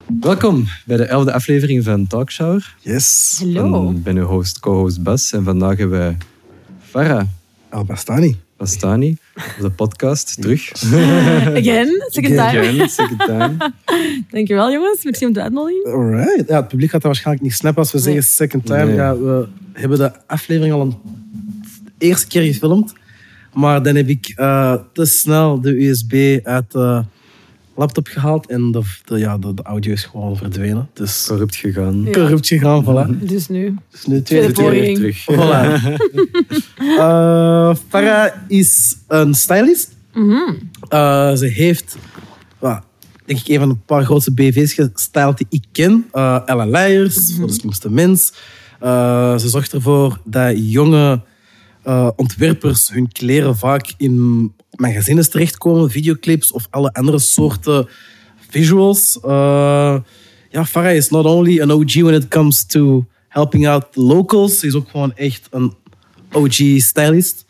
Welkom bij de 11e aflevering van Talkshower. Yes. Hallo. Ik ben uw co-host Bas en vandaag hebben wij Farah Bastani op de podcast terug. Again, second time. Again, second time. Dankjewel jongens, merci om de uitnodiging. Alright. Ja, het publiek gaat dat waarschijnlijk niet snappen als we zeggen second time. Nee. Ja, we hebben de aflevering al een eerste keer gefilmd. Maar dan heb ik te snel de USB uit de laptop gehaald en de audio is gewoon verdwenen. Dus Corrupt gegaan. Ja. corrupt gegaan, voilà. Dus nu. Dus nu tweede Tweede keer. poging. Terug. Voilà. Farah is een stylist. Ze heeft, denk ik, een van de paar grootste BV's gestyled die ik ken. Ella Leijers, voor de slimste mens. Ze zorgt ervoor dat jonge ontwerpers hun kleren vaak in magazines terechtkomen, videoclips of alle andere soorten visuals. Farah is not only an OG when it comes to helping out the locals, ze is ook gewoon echt een OG-stylist.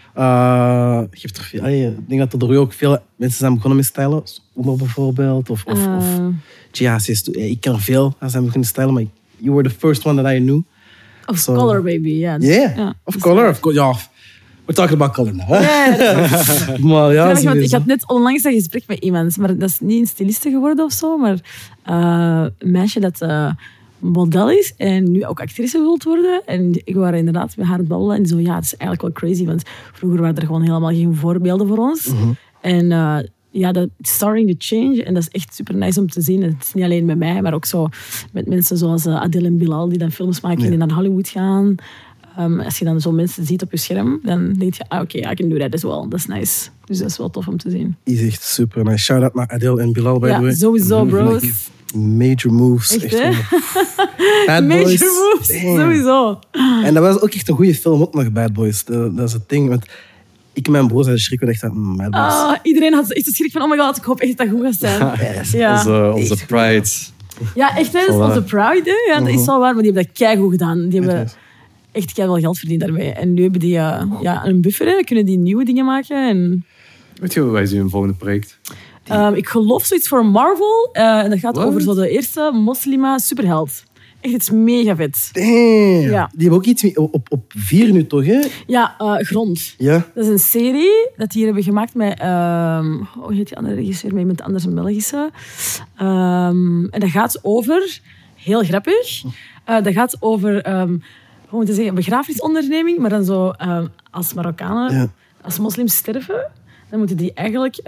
Ik denk dat er door ook veel mensen zijn begonnen met stylen. Omer bijvoorbeeld. Of GHC's. Ik ken er veel. Ze zijn begonnen stylen, maar you were the first one that I knew. Of color baby, ja. Yeah, of color. Ja, we're talking about color now. Maar ja, Ik had net onlangs een gesprek met iemand, maar dat is niet een styliste geworden of zo, maar een meisje dat model is en nu ook actrice wilt worden. En ik was inderdaad met haar aan het babbelen en die zo, ja, het is eigenlijk wel crazy, want vroeger waren er gewoon helemaal geen voorbeelden voor ons. En dat starting to change en dat is echt super nice om te zien. Het is niet alleen met mij, maar ook zo met mensen zoals Adele en Bilal die dan films maken en die naar Hollywood gaan. Als je dan zo mensen ziet op je scherm, dan denk je, oké, I can do that as well. Dat is nice. Dus dat is wel tof om te zien. Is echt super nice. Shout-out naar Adele en Bilal, by the way. Ja, sowieso, bros. Major moves. Echt, hè? Bad Major Boys. moves, Damn. sowieso. En dat was ook echt een goede film, ook nog Bad Boys. Dat is het ding. Want ik en mijn broer zijn schrikken echt aan Bad Boys. Iedereen had echt de schrik van, oh my god, ik hoop echt dat het goed gaat zijn. Ja, Onze pride. ja echt, hè, dat is onze pride. Hè. Ja, dat is wel waar, maar die hebben dat keigoed gedaan. Die hebben echt keiveel geld verdiend daarmee. En nu hebben die een buffer, hè. Dan kunnen die nieuwe dingen maken. En Weet je, wat is uw volgende project? ik geloof zoiets voor Marvel. En dat gaat What? over zo de eerste moslima superheld. Echt, het is mega vet. Damn. Ja. Die hebben ook iets op 4 nu toch, hè? Ja, Grond. Ja. Dat is een serie dat die hier hebben gemaakt met... hoe heet die andere regisseur? Met iemand anders, een Belgische. En dat gaat over... Heel grappig. Dat gaat over... hoe moet je zeggen? Een begrafenisonderneming. Maar dan zo als Marokkanen, als moslims sterven... Dan moeten die eigenlijk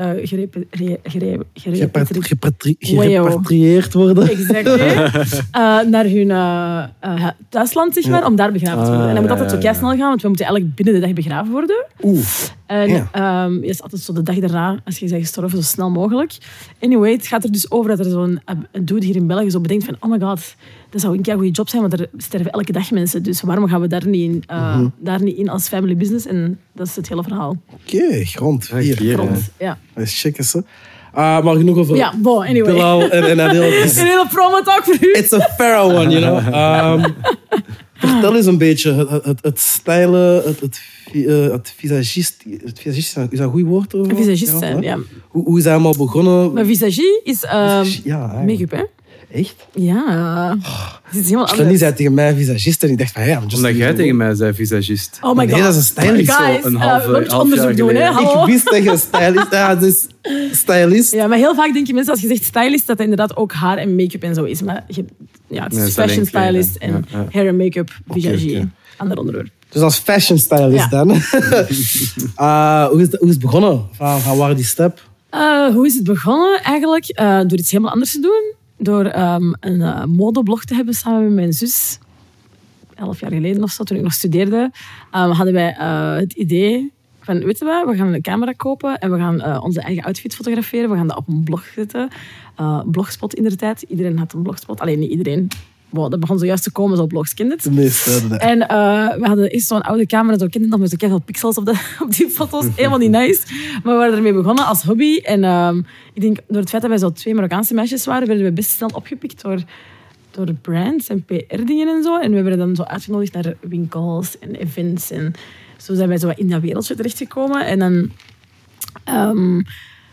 Gerepatrieerd worden. Exactly. Naar hun thuisland, zeg maar, om daar begraven te worden. En dat moet altijd zo kei snel gaan, want we moeten eigenlijk binnen de dag begraven worden. En je is altijd zo de dag daarna, als je bent gestorven, zo snel mogelijk. Anyway, het gaat er dus over dat er zo'n dude hier in België zo bedenkt van, oh my god, dat zou een kei goede job zijn, want er sterven elke dag mensen. Dus waarom gaan we daar niet in als family business? En dat is het hele verhaal. Oké, Grond. 4. Grond, ja. Dat is chic, hè? Maar genoeg over Ja, anyway. Bilal en Adele. Een hele promo-talk voor u. It's a Pharaoh one, you know. Vertel eens een beetje het stylen, het visagist. Het visagist, is dat een goed woord? Een visagist zijn, ja. Hoe is dat allemaal begonnen? Maar visagie is Ja, make-up, hè? echt? Ja. Het is helemaal Slenny anders. zei tegen mij visagist en ik dacht van ja, Omdat jij tegen mij zei visagist. Oh my god. Nee, dat is een stylist. Guys, een half we moeten jaar onderzoek doen, hè? geleden. Hallo. Ik wist dat je een stylist. Ja, dus stylist. Ja, maar heel vaak denken mensen als je zegt stylist dat het inderdaad ook haar en make-up en zo is. Maar het Nee, is dat is fashion alleen stylist kleden. en Ja. hair en make-up, visagie, oké. ander onderwerp. Dus als fashion stylist Ja. dan. Hoe is het begonnen? Van waar die step? Hoe is het begonnen? Eigenlijk door iets helemaal anders te doen. Door een modeblog te hebben samen met mijn zus. 11 jaar geleden of zo, toen ik nog studeerde, hadden wij het idee van, weet je wat, we gaan een camera kopen en we gaan onze eigen outfit fotograferen. We gaan dat op een blog zetten. Blogspot in de tijd. Iedereen had een blogspot. Alleen niet iedereen. Wow, dat begon zojuist te komen, zo blogs, ken je het? De meeste. En we hadden eerst zo'n oude camera, zo ken je het nog, met zo'n veel pixels op die foto's. Helemaal niet nice. Maar we waren ermee begonnen als hobby. En ik denk, door het feit dat wij zo 2 Marokkaanse meisjes waren, werden we best snel opgepikt door brands en PR-dingen en zo. En we werden dan zo uitgenodigd naar winkels en events. En zo zijn wij zo in dat wereldje terechtgekomen. En dan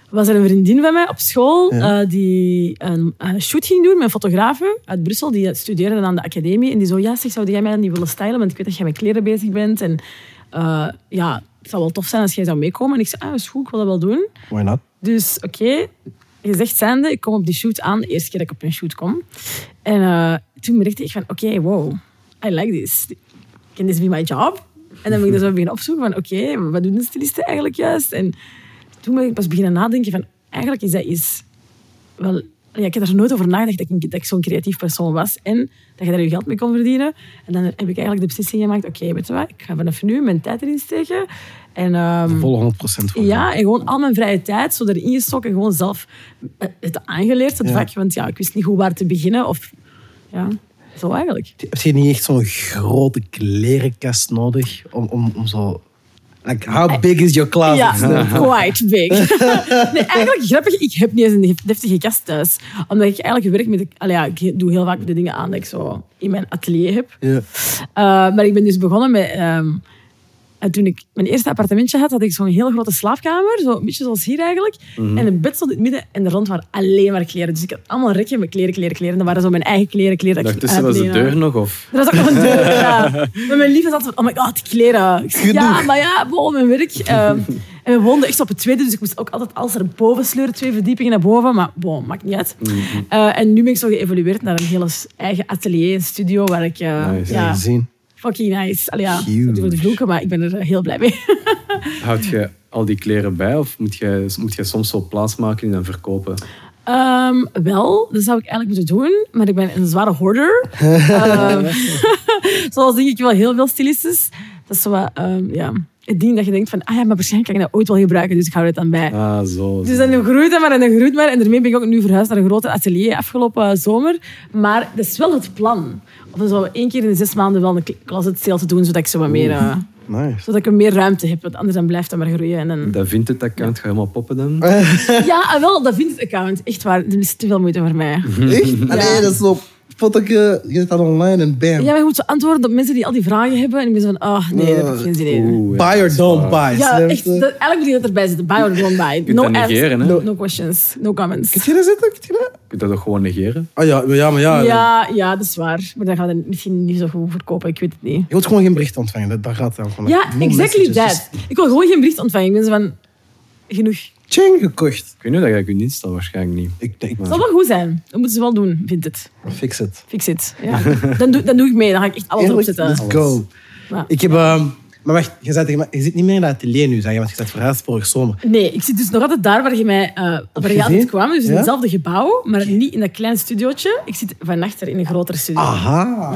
was er een vriendin van mij op school die een shoot ging doen met een fotografe uit Brussel. Die studeerde aan de academie. En die zo, zou jij mij dan niet willen stylen? Want ik weet dat jij met kleren bezig bent. En het zou wel tof zijn als jij zou meekomen. En ik zei, is goed, ik wil dat wel doen. Why not? Dus oké, gezegd zijnde, ik kom op die shoot aan. De eerste keer dat ik op een shoot kom. En toen merkte ik van, oké, wow, I like this. Can this be my job? En dan ben ik dus beginnen opzoeken van, oké, wat doen de stylisten eigenlijk juist? En toen ben ik pas beginnen nadenken van, eigenlijk is dat iets... Wel, ik heb er nooit over nagedacht dat ik zo'n creatief persoon was en dat je daar je geld mee kon verdienen. En dan heb ik eigenlijk de beslissing gemaakt, oké, weet je wat, ik ga vanaf nu mijn tijd erin steken. En, volle 100% voor ja, en gewoon al mijn vrije tijd zo erin gestoken, gewoon zelf het aangeleerd, het vak. Want ik wist niet goed waar te beginnen. Of, zo eigenlijk. Heb je niet echt zo'n grote klerenkast nodig om zo... Like, how big is your closet? Ja, quite big. Nee, eigenlijk grappig, ik heb niet eens een deftige kast thuis. Omdat ik eigenlijk werk met... ik doe heel vaak de dingen aan dat ik zo in mijn atelier heb. Yeah. Maar ik ben dus begonnen met... En toen ik mijn eerste appartementje had ik zo'n hele grote slaapkamer. Zo een beetje zoals hier eigenlijk. Mm-hmm. En een bed stond in het midden. En er rond waren alleen maar kleren. Dus ik had allemaal rekken met kleren. En dat waren zo mijn eigen kleren. Daartussen was de deur nog? Of? Er was ook nog een deur, ja. Maar mijn lief was altijd van, oh my god, die kleren. Ik zei, mijn werk. En we woonden echt op het tweede. Dus ik moest ook altijd alles naar boven sleuren. 2 verdiepingen naar boven. Maar maakt niet uit. Mm-hmm. En nu ben ik zo geëvolueerd naar een hele eigen atelier, een studio. Waar ik... zien. Fucking nice. Allee, voor de vloeken, maar ik ben er heel blij mee. Houd je al die kleren bij of moet je soms zo plaatsmaken en dan verkopen? Wel, dat zou ik eigenlijk moeten doen, maar ik ben een zware hoarder. Zoals denk ik wel heel veel stylistes. Dat is zo wat, het ding dat je denkt van, maar waarschijnlijk kan ik dat ooit wel gebruiken, dus ik hou het dan bij. Zo. Dus dan groeit dat maar en dan groeit maar. En daarmee ben ik ook nu verhuisd naar een groter atelier afgelopen zomer. Maar dat is wel het plan. Of zo 1 keer in de 6 maanden wel een closet sale te doen, zodat ik zo wat meer... Nice. Zodat ik meer ruimte heb, want anders dan blijft dat maar groeien. En dan... Dat Vinted-account gaat helemaal poppen dan? Ja, wel, dat Vinted-account. Echt waar, dat is te veel moeite voor mij. Echt? Nee, dat is zo... Je zet dat online en bam. Ja, maar je moet zo antwoorden op mensen die al die vragen hebben. En ik ben zo van, nee, dat heb ik geen zin in. Buy or don't buy. Ja, echt. Eigenlijk moet je dat erbij zitten. Buy or don't buy. Je kunt dat negeren, hè? No questions, no comments. Kun je dat zitten? Je kunt dat toch gewoon negeren? Ja, dat is waar. Maar dan gaan we misschien niet zo goed verkopen. Ik weet het niet. Je wilt gewoon geen bericht ontvangen. Daar gaat het van. Ja, exactly that. Ik wil gewoon geen bericht ontvangen. Ik ben zo van, genoeg. Ching gekocht. Ik weet niet dat je dat kunt instellen, waarschijnlijk niet. Het zal wel goed zijn. Dat moeten ze wel doen, vindt het. Fix it. Ja. Dan doe ik mee. Dan ga ik echt alles opzetten. Let's go. Ja. Ik heb... Maar wacht, je zit niet meer in dat atelier nu, zeg je, want je bent verhuisd vorig zomer. Nee, ik zit dus nog altijd daar waar je altijd kwam. Dus in hetzelfde gebouw, maar niet in dat kleine studiootje. Ik zit van achter in een grotere studio. Aha,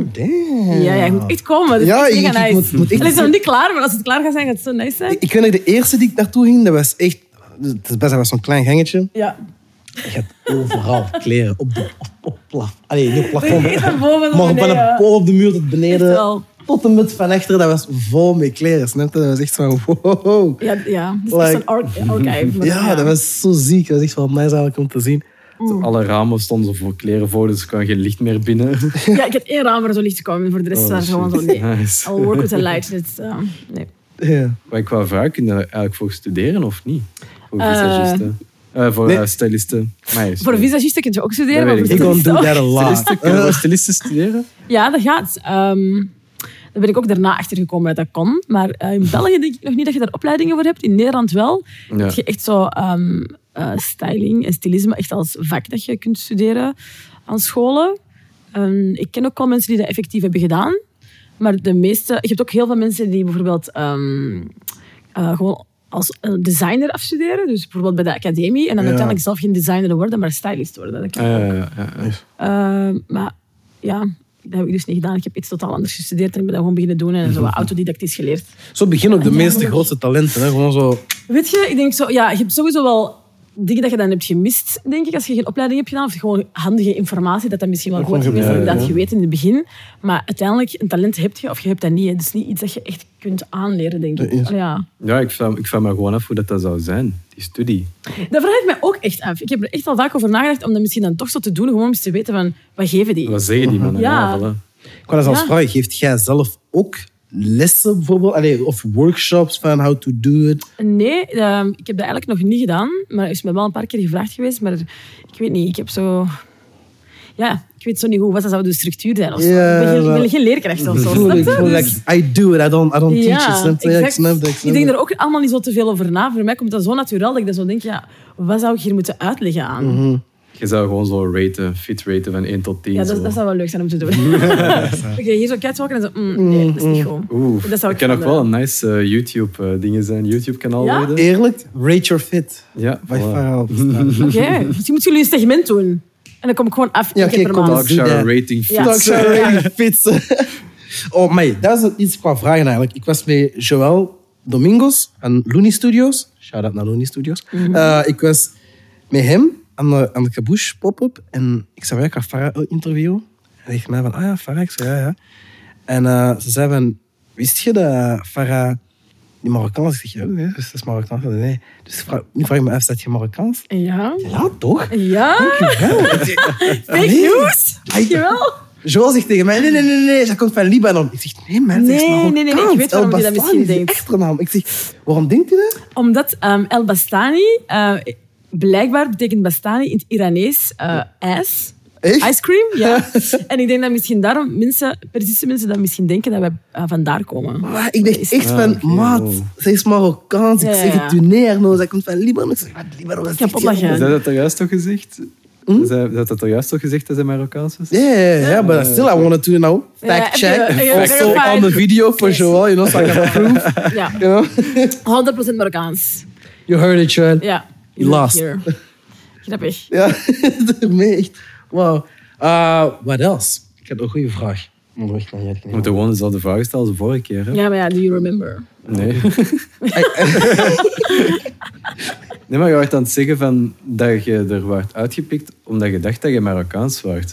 damn. Ja, je moet echt komen. Dat is echt mega nice. Het is nog niet klaar, maar als het klaar gaat zijn, gaat het zo nice zijn. Ik weet nog, de eerste die ik naartoe ging, dat was echt... Het is best wel zo'n klein gangetje. Ja. Je hebt overal kleren op de plafond. Allee, niet op plafond. Maar van de boven op de muur tot beneden. Tot de muts van achter, dat was vol met kleren. Snap je? Dat was echt zo wow. Ja. Dat is echt een archive. Ja, dat was zo ziek. Dat was echt wel nice eigenlijk om te zien. Alle ramen stonden voor kleren voor, dus er kwam geen licht meer binnen. Ja, ik had 1 raam waar zo licht kwam. Voor de rest was gewoon zo, nee. Nice. I'll work with the light. Nee. Ja. Maar ik wou vragen, kun je daar eigenlijk voor studeren of niet? Voor visagisten? Voor stylisten. Voor visagisten kun je ook studeren. Ik don't do that a lot. Kun je voor stylisten studeren? Ja, dat gaat. Daar ben ik ook daarna achter gekomen dat dat kon. Maar in België denk ik nog niet dat je daar opleidingen voor hebt. In Nederland wel. Ja. Dat je echt zo styling en stylisme echt als vak dat je kunt studeren aan scholen. Ik ken ook wel mensen die dat effectief hebben gedaan. Maar de meeste... Je hebt ook heel veel mensen die bijvoorbeeld gewoon als designer afstuderen. Dus bijvoorbeeld bij de academie. En dan uiteindelijk zelf geen designer worden, maar stylist worden. Dat kan ook. Maar ja... Dat heb ik dus niet gedaan. Ik heb iets totaal anders gestudeerd en ik ben dat gewoon beginnen doen en zo autodidactisch geleerd. Zo beginnen ook de meeste grootste talenten. Hè? Gewoon zo... Weet je, ik denk zo... Ja, je hebt sowieso wel dingen dat je dan hebt gemist, denk ik, als je geen opleiding hebt gedaan. Of gewoon handige informatie, dat misschien wel goed is dat je weet in het begin. Maar uiteindelijk, een talent heb je of je hebt dat niet. Het is niet iets dat je echt kunt aanleren, denk ik. Ja, ik vraag me gewoon af hoe dat zou zijn, die studie. Dat vraag ik me ook echt af. Ik heb er echt al vaak over nagedacht om dat misschien dan toch zo te doen, gewoon om eens te weten van, wat geven die? Wat zeggen die mannen? Ja. Ik wou dat als vraag, geeft jij zelf ook lessen bijvoorbeeld? Allee, of workshops van how to do it? Nee, ik heb dat eigenlijk nog niet gedaan. Maar er is me wel een paar keer gevraagd geweest. Maar ik weet niet, ik heb zo... Ja, ik weet zo niet hoe, wat zou de structuur zijn of zo. Ik ben geen leerkracht of zo. I do it, I don't teach it. Exact. Ik denk er ook allemaal niet zo te veel over na. Voor mij komt dat zo natuurlijk dat ik dan zo denk, ja, wat zou ik hier moeten uitleggen aan? Je zou gewoon zo fit raten van 1 tot 10. Ja, dat zou wel leuk zijn om te doen. Oké, hier zo catwalken en zo, nee, dat is niet goed. Dat kan nog wel een nice YouTube-dingen zijn. YouTube-kanaal worden. Eerlijk, rate your fit. Ja, By far. Oké, misschien moeten jullie een segment doen. En dan kom ik gewoon af per maand. Talkshow rating fit. Talkshow rating fit. Oh, maar dat is iets qua vragen eigenlijk. Ik was met Joël Domingos aan Looney Studios. Shout-out naar Looney Studios. Ik was met hem aan de Kabouche pop-up. En ik zei, ik ga Farah interviewen. En hij zegt mij van, ja, Farah. Ik zei, ja. En ze zei van, wist je dat Farah die Marokkaans? Ik zeg, ja, nee, dus dat is Marokkaans. Nee. Dus nu vraag ik me af, staat je Marokkaans? Ja. Ja, toch? Ja. Dankjewel. Fake news. Dankjewel. Joël zegt tegen mij, nee, zij komt van Libanon. Ik zeg, nee, man, ze is Marokkaans. Nee, ik weet waarom je dat misschien denkt. Achternaam. Ik zeg, waarom denkt je dat? Omdat El Bastani, blijkbaar betekent Bastani in het Iranees ijs. Echt? Ice cream, ja. En ik denk dat misschien daarom Persische mensen dat misschien denken dat wij vandaar komen. Maar ik dacht echt van, maat, zij is Marokkaans. Ik zeg het u neer, zij komt van Libanon. Ik zeg, wat Libanon is kapot lachen. Is dat er juist toch gezegd? Dat dat er juist toch gezegd dat hij Marokkaans was? Yeah, but still I wanted to know. Fact check. Also on the video for Joël, so I can prove. Ja. 100% Marokkaans. You heard it, Joël. Ja. You lost. Grappig. Ja, daarmee echt. Wow. What else? Ik heb een goede vraag. We moeten gewoon dezelfde vraag stellen als de vorige keer. Hè? Ja, maar ja, do you remember? Nee. Nee, maar je werd aan het zeggen van dat je er werd uitgepikt omdat je dacht dat je Marokkaans was.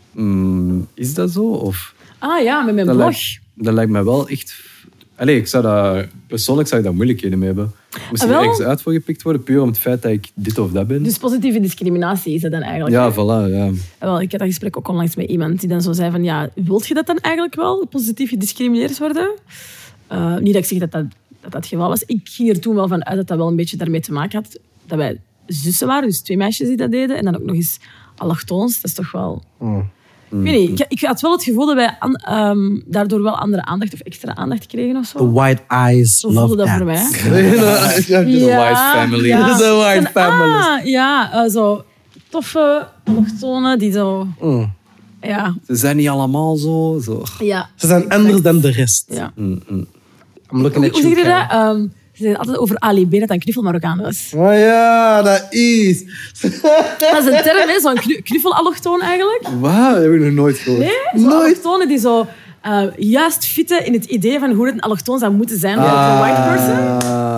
Is dat zo? Of? Ah ja, met mijn blog. Dat lijkt mij wel echt... Allee, persoonlijk zou ik daar moeilijkheden mee hebben. Moest je ergens uit voor gepikt worden, puur om het feit dat ik dit of dat ben? Dus positieve discriminatie is dat dan eigenlijk? Ja, voilà. Ja. Wel, ik had dat gesprek ook onlangs met iemand die dan zo zei van, ja, wilt je dat dan eigenlijk wel, positief gediscrimineerd worden? Niet dat ik zeg dat het geval was. Ik ging er toen wel van uit dat dat wel een beetje daarmee te maken had dat wij zussen waren, dus 2 meisjes die dat deden, en dan ook nog eens allochtoons. Dat is toch wel... Ik weet niet, ik had wel het gevoel dat wij daardoor wel andere aandacht of extra aandacht kregen of zo. The white eyes zo voelde dat voor mij. The white family. Ja. The white family. Ja, zo toffe allochtonen die zo... Ja. Ze zijn niet allemaal zo. Ja. Ze zijn anders dan de rest. Ja. Hoe zeg je dat? Ze zeiden altijd over Ali B dat dat een knuffel-Marokkaan was. Oh ja, dat is. Dat is een term, zo'n knuffel-allochtoon eigenlijk. Wauw, dat heb ik nog nooit gehoord. Nee, zo'n allochtonen die zo juist fitten in het idee van hoe het een allochtoon zou moeten zijn voor een white person.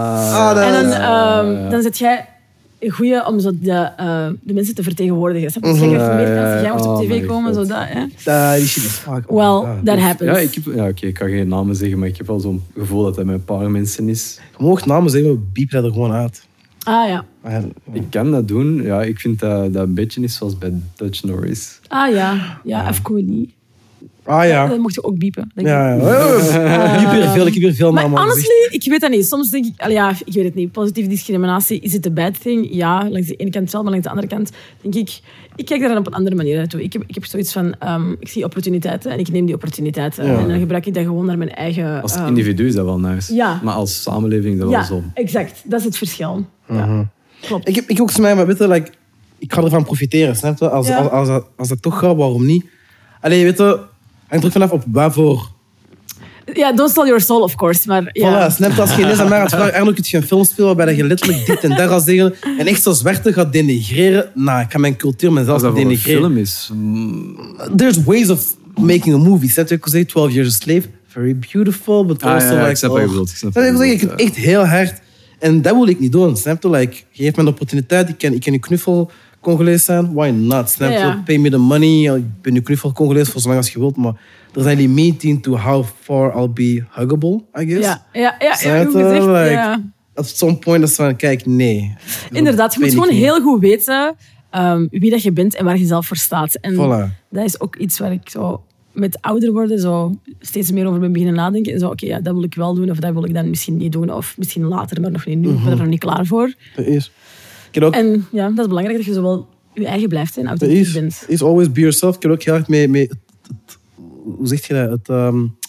En dan zet jij een goeie om zo de mensen te vertegenwoordigen. Snap je? Als jij wordt op tv komen, zo dat. Die shit is vaak. Well, that happens. Ja, ik kan geen namen zeggen, maar ik heb wel zo'n gevoel dat het met een paar mensen is. Je mag namen zeggen, we biepen dat er gewoon uit. Ah ja. Ik kan dat doen. Ja, ik vind dat een beetje is zoals bij Dutch Norris. Ah ja, ja, F. Cooley. Ah ja. Dat mocht je ook biepen. Denk ik heb hier veel namen. Maar honestly, ik weet dat niet. Soms denk ik, ik weet het niet. Positieve discriminatie, is het a bad thing? Ja, langs de ene kant wel, maar langs de andere kant denk ik kijk daar dan op een andere manier naartoe. Ik heb zoiets van, ik zie opportuniteiten en ik neem die opportuniteiten. Ja. En dan gebruik ik dat gewoon naar mijn eigen... Als individu is dat wel nice. Ja. Maar als samenleving is dat wel zo. Ja, exact. Dat is het verschil. Ja. Klopt. Ik ook mij, maar weet je, ik ga ervan profiteren, snap je? Als dat toch gaat, waarom niet? Allee, weet je, hangt er vanaf op waarvoor... Ja, don't sell your soul, of course. Maar, ja. Voilà, snap je? Als je ineens aan mij gaat vragen, eigenlijk kun je een film spelen waarbij je letterlijk dit en dat gaat zeggen en echt zo zwarte gaat denigreren. Nou, ik ga mijn cultuur mezelf denigreren. Als dat voor een film is... There's ways of making a movie. Snap je? Ik zei 12 Years a Slave, very beautiful, but also ja, ik snap wat je bedoelt. Ik heb echt heel hard... En dat wil ik niet doen, snap je? Geef me een opportuniteit, ik kan je knuffel Congolees zijn, why not? Snap je? Ja. Pay me the money, ik ben je knuffel Congolees voor zolang als je wilt, maar er zijn limieten to how far I'll be huggable, I guess. Ja, hoe gezegd, ja. At some point is van, kijk, nee. Inderdaad, je moet gewoon heel goed weten wie dat je bent en waar je zelf voor staat. En voilà. dat is ook iets waar ik zo met ouder worden zo steeds meer over ben beginnen nadenken. En zo, oké, ja, dat wil ik wel doen of dat wil ik dan misschien niet doen. Of misschien later, maar nog niet nu. Ik ben er nog niet klaar voor. Dat is. Ik heb ook, En ja, dat is belangrijk dat je zo wel je eigen blijft en authentiek bent. is always be yourself. Ik heb ook heel erg mee hoe zeg je dat?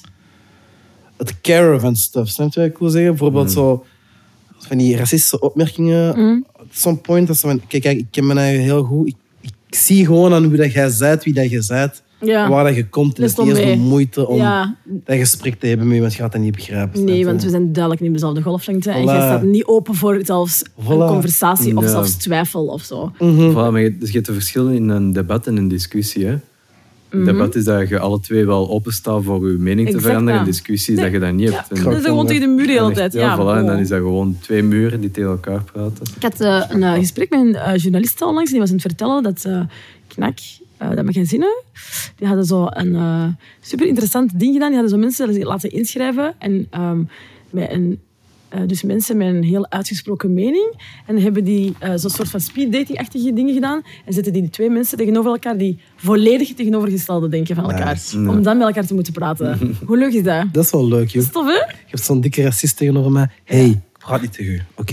Het care van stuff. Snap je wat ik wil zeggen? Bijvoorbeeld zo van die racistische opmerkingen. At some point, dat ze van, kijk, ik ken mijn eigen heel goed. Ik zie gewoon aan hoe dat jij bent, wie dat je bent. Ja. Waar dat je komt. En het is niet eens de moeite om Ja. dat gesprek te hebben met iemand. Je gaat dat niet begrijpen. Nee, snap je? want we zijn duidelijk niet op dezelfde golflengte. En Voilà. jij staat niet open voor zelfs een conversatie of Ja. zelfs twijfel of zo. Voilà, maar dus je hebt een verschil in een debat en een discussie. Hè? Een debat is dat je alle twee wel openstaat voor je mening te Exact, veranderen. ja. Een discussie is dat je dat niet hebt. En- Dat is gewoon tegen de muur de hele tijd. Ja, voilà, en dan oh. is dat gewoon twee muren die tegen elkaar praten. Ik had een gesprek met een journalist onlangs. Die was aan het vertellen dat Knak, dat magazine, die hadden zo een super interessant ding gedaan. Die hadden zo mensen laten inschrijven. En met een... dus mensen met een heel uitgesproken mening. En dan hebben die zo'n soort van speeddating-achtige dingen gedaan. En zetten die twee mensen tegenover elkaar die volledig tegenovergestelde denken van elkaar. Nice. Om dan met elkaar te moeten praten. Hoe leuk is dat? Dat is wel leuk, joh. Dat is tof, hè? Je hebt zo'n dikke racist tegenover mij. Hey, ik praat niet tegen u. Oké.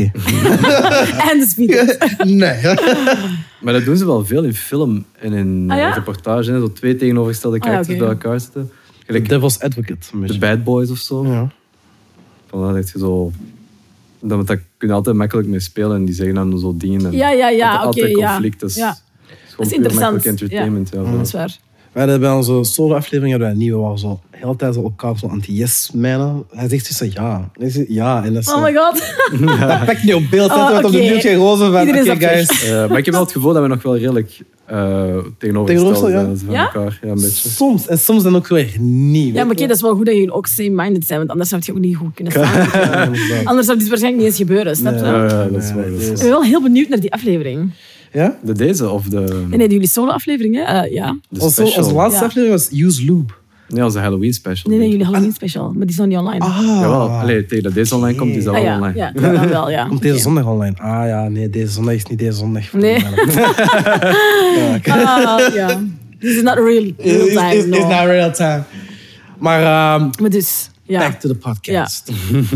En de speeddate. Nee, hè? Maar dat doen ze wel veel in film en in Ah, ja? reportage. Hè? Zo twee tegenovergestelde karakters oké. bij elkaar zitten. The Gelijk Devil's Advocate. een de beetje. Bad Boys of zo. Ja. Voilà, dat je zo... Daar kun je altijd makkelijk mee spelen en die zeggen dan zo dingen. En Ja, altijd oké, ja. conflict. Dat is, Ja. is gewoon Dat is puur interessant. makkelijk entertainment. Ja. Dat is waar. Wij hadden bij onze solo-aflevering hadden wij een nieuwe waar we zo de hele tijd zo elkaar zo anti-yes-mijnen. Hij zegt dus ja. Hij zegt ja. En dat is zo... Oh my god. Dat pakt niet op beeld. Oh, Dat op de oké. beeld geen roze van. Iedereen Oké, is guys. Maar ik heb wel het gevoel dat we nog wel redelijk tegenovergesteld Tegenovergesteld, zijn van ja? elkaar. Ja, een beetje. Soms. En soms dan ook weer niet. Ja, maar oké, dat is wel goed dat jullie ook same-minded zijn, want anders zou het je ook niet goed kunnen staan. Ja, Anders zou dit waarschijnlijk niet eens gebeuren, snap je? Ja, dat is waar. Dat is Ik ben wel heel benieuwd naar die aflevering. Ja? De deze of de, Nee, jullie solo-aflevering, hè? Ja. de Onze special? laatste Ja. aflevering was Use Lube. Nee, onze Halloween special. Nee, jullie Halloween special, maar die is nog niet online. Jawel, allee, tegen dat deze online komt, is dat wel ja, online. ja, dan wel, ja. Komt deze Oké. zondag online? Ah ja, nee, deze zondag is niet deze zondag. Nee. Ja. This is not real time, It's no. not real time. Maar Maar dus, ja. back to the podcast.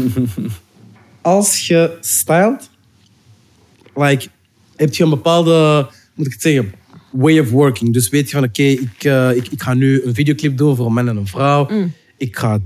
Als je stylt, like, heb je een bepaalde, moet ik het zeggen, way of working. Dus weet je van, oké, ik ga nu een videoclip doen voor een man en een vrouw. Ik ga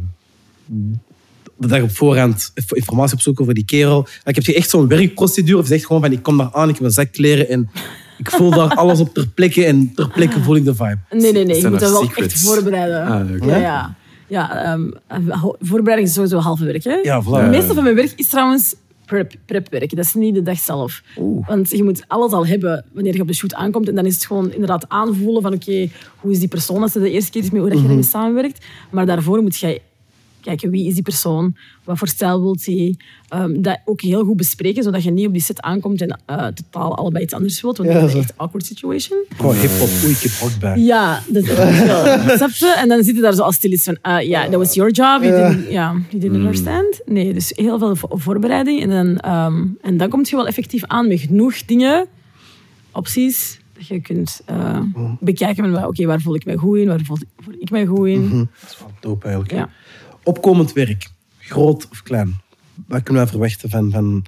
de dag op voorhand informatie opzoeken over die kerel. Like, heb je echt zo'n werkprocedure of zeg gewoon van, ik kom daar aan, ik heb een zak kleren en ik voel daar alles op ter plekke en ter plekke voel ik de vibe. Nee, je Zijn moet er dat wel secrets? echt voorbereiden. Ah, oké. Ja, voorbereiding is sowieso halve werk, hè? Ja, voilà. Het meeste van mijn werk is trouwens prepwerk. Dat is niet de dag zelf. Want je moet alles al hebben wanneer je op de shoot aankomt. En dan is het gewoon inderdaad aanvoelen van oké, hoe is die persoon als ze de eerste keer is mee, hoe dat je ermee samenwerkt. Maar daarvoor moet je kijken, wie is die persoon? Wat voor stijl wil hij? Dat ook heel goed bespreken, zodat je niet op die set aankomt en totaal allebei iets anders wilt. Want Ja, dat is zo. echt een awkward situation. Oh, hip-hop. Oei, ik heb rock bij. Ja, dat is wel. Snap je? En dan zit je daar zo als stylist van, ja, that was your job. You didn't understand. Nee, dus heel veel voorbereiding. En dan kom je wel effectief aan met genoeg dingen, opties, dat je kunt bekijken van, oké, waar voel ik mij goed in, waar voel ik mij goed in. Dat is wel dope eigenlijk. hè. Ja. Opkomend werk. Groot of klein? Wat kunnen we verwachten van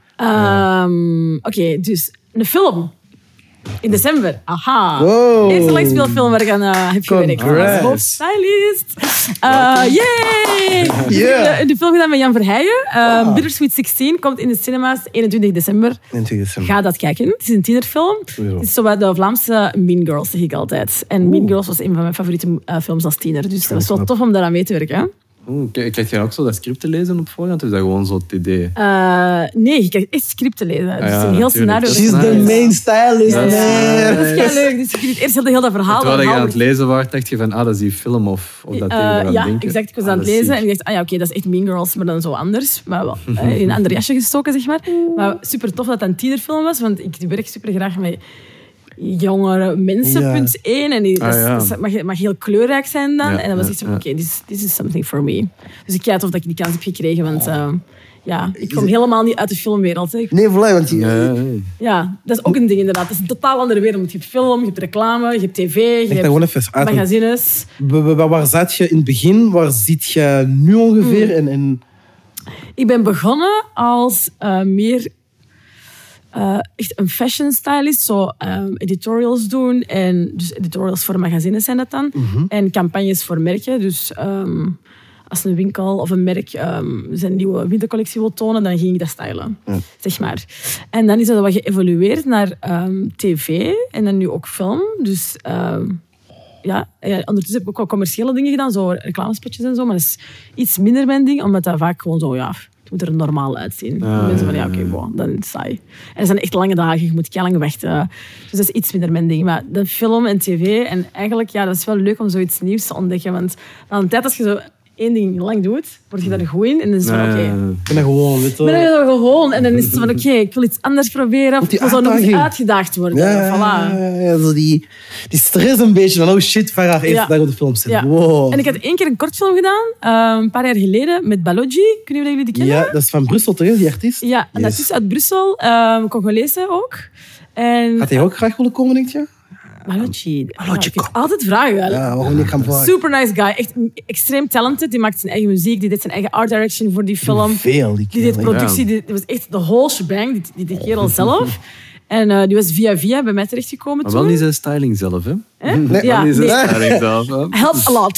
Oké, dus een film. In december. Aha. Wow. Eerste langspeelfilm waar ik aan heb gewerkt. Congrats. Als hoofdstylist. Yay! Yeah. De film gedaan met Jan Verheijen. Bittersweet 16 komt in de cinema's 21 december. 20 december? Ga dat kijken. Het is een tienerfilm. Sowieso. Het is zo wat de Vlaamse Mean Girls, zeg ik altijd. En Mean Girls was een van mijn favoriete films als tiener. Dus dat was wel tof om daaraan mee te werken. Hè? Krijg je ook zo dat script te lezen op voorhand? Of is dat gewoon zo het idee? Nee, je krijgt echt scripten lezen. Dus ja, een heel natuurlijk. scenario. She's dat je the leest. main stylist, Dat is- Ja, dat is heel leuk. Dus je kunt eerst heel dat verhaal Terwijl je aan onthouden. het lezen was, dacht je van, dat is die film of dat tegen aan het Ja, denken. exact. Ik was Ah, aan het dat is lezen en ziek. ik dacht, oké, dat is echt Mean Girls, maar dan zo anders. Maar wel, in een ander jasje gestoken, zeg maar. Maar super tof dat het een tienerfilm was, want ik werk super graag met jongere mensen, Ja. punt 1. En dat mag heel kleurrijk zijn dan. Ja, En dan was ja, ik zo, ja. oké, this is something for me. Dus ik kijk of dat ik die kans heb gekregen, want Ja, ik kom helemaal niet uit de filmwereld. Hè. Nee, voilà, want Ja, dat is ook een ding inderdaad. Het is een totaal andere wereld. Je hebt film, je hebt reclame, je hebt tv, je dat gewoon even hebt uit. magazines. Waar zat je in het begin? Waar zit je nu ongeveer? En... Ik ben begonnen als meer echt een fashion stylist. Zo editorials doen. En dus editorials voor magazines zijn dat dan. En campagnes voor merken. Dus als een winkel of een merk zijn nieuwe wintercollectie wil tonen, dan ging ik dat stylen. Zeg maar. En dan is dat wat geëvolueerd naar tv en dan nu ook film. Dus ondertussen heb ik ook wel commerciële dingen gedaan, zo reclamespotjes en zo, maar dat is iets minder mijn ding, omdat dat vaak gewoon zo, het moet er normaal uitzien. Mensen van, dan is het saai. En er zijn echt lange dagen, je moet lang wachten. Dus dat is iets minder mijn ding. Maar de film en tv, en eigenlijk, dat is wel leuk om zoiets nieuws te ontdekken, want na een tijd als je zo één ding lang doet, word je daar goed in. En dan is het van, oké. Ik ben dat gewoon, weet je. Ben je dat gewoon. En dan is het van, oké, ik wil iets anders proberen. Of ik wil zo nog eens uitgedaagd worden. Ja, zo die stress een beetje van, oh shit, van haar eerste dag op de film zitten. Ja. Wow. En ik had 1 keer een kortfilm gedaan, een paar jaar geleden, met Balogi. Ik weet niet of jullie die kennen. Ja, dat is van Brussel toch, die artiest? Ja, en dat is uit Brussel. Congolese ook. En Had hij ook graag willen komen, denk je? Balogi. Balogi, Ik heb altijd vragen. Ja, waarom niet gaan vragen? Super nice guy. Echt extreem talented. Die maakt zijn eigen muziek. Die deed zijn eigen art direction voor die film. Die deed productie. Die was echt de whole shebang. Die deed kerel zelf. En die was via bij mij terechtgekomen toen. Maar wel niet zijn styling zelf, hè? Nee, Ja, Niet zijn nee. styling zelf, hè? Helps a lot.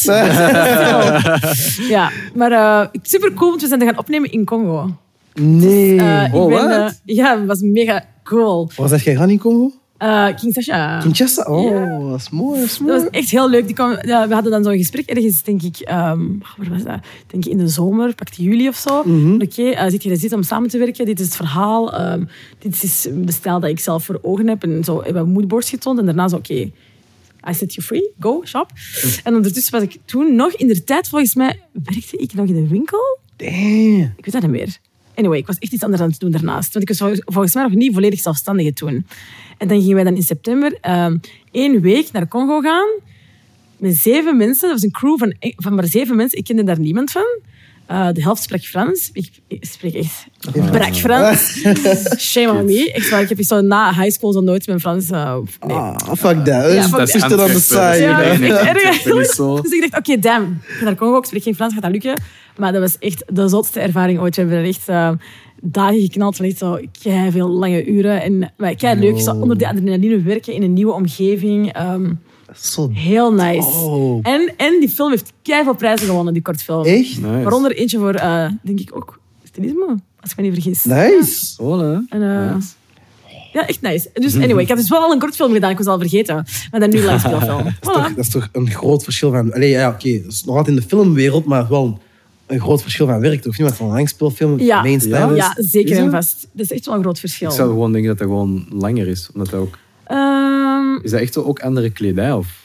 Ja, maar super cool, want we zijn dat gaan opnemen in Congo. Nee. wat? Dat was mega cool. Waar zat jij gaan in Congo? Kinshasa. Kinshasa? Oh, Ja. dat is mooi. Dat was echt heel leuk. We hadden dan zo'n gesprek ergens, denk ik, waar was dat? Denk ik in de zomer, pakte juli of zo. Oké, zit je er zitten om samen te werken? Dit is het verhaal. Dit is de stijl dat ik zelf voor ogen heb. En zo hebben we moodboards getoond. En daarna zo, oké, I set you free, go, shop. En ondertussen was ik toen nog, in de tijd volgens mij, werkte ik nog in de winkel. Damn. Ik weet dat niet meer. Anyway, ik was echt iets anders aan het doen daarnaast. Want ik was volgens mij nog niet volledig zelfstandige toen. En dan gingen wij dan in september 1 week naar Congo gaan. Met 7 mensen. Dat was een crew van maar 7 mensen. Ik kende daar niemand van. De helft sprak Frans. Ik spreek echt brak Frans. Shame on me. Echt waar, ik heb zo na high school zo nooit mijn Frans... Fuck that. Ja, fuck Zit er aan de side. Ja, Nee, echt nee, erg dat is eigenlijk. zo. Dus ik dacht, oké, damn. Ik ga naar Congo, ik spreek geen Frans, gaat dat lukken? Maar dat was echt de zotste ervaring ooit. We hebben er echt dagen geknald van echt zo veel lange uren. En kei leuk, zo onder de adrenaline werken in een nieuwe omgeving. Zo. Heel nice. Oh. En die film heeft keiveel prijzen gewonnen, die kortfilm. Echt? Nice. Waaronder eentje voor, denk ik ook, stilisme, als ik me niet vergis. Nice. Oh, hè? En, Nice. ja, echt nice. Dus anyway, ik had dus wel al een kortfilm gedaan, ik was al vergeten. Maar dan nu langspeelfilm. Voilà. Dat is toch een groot verschil van... Oké, dat is nog altijd in de filmwereld, maar wel een groot verschil van werk, toch niet? Met van een langspeelfilm, Ja. main stylist. Ja, zeker Is en het? vast. Dat is echt wel een groot verschil. Ik zou gewoon denken dat dat gewoon langer is. Omdat dat ook... Is dat echt zo ook andere kledij? Of?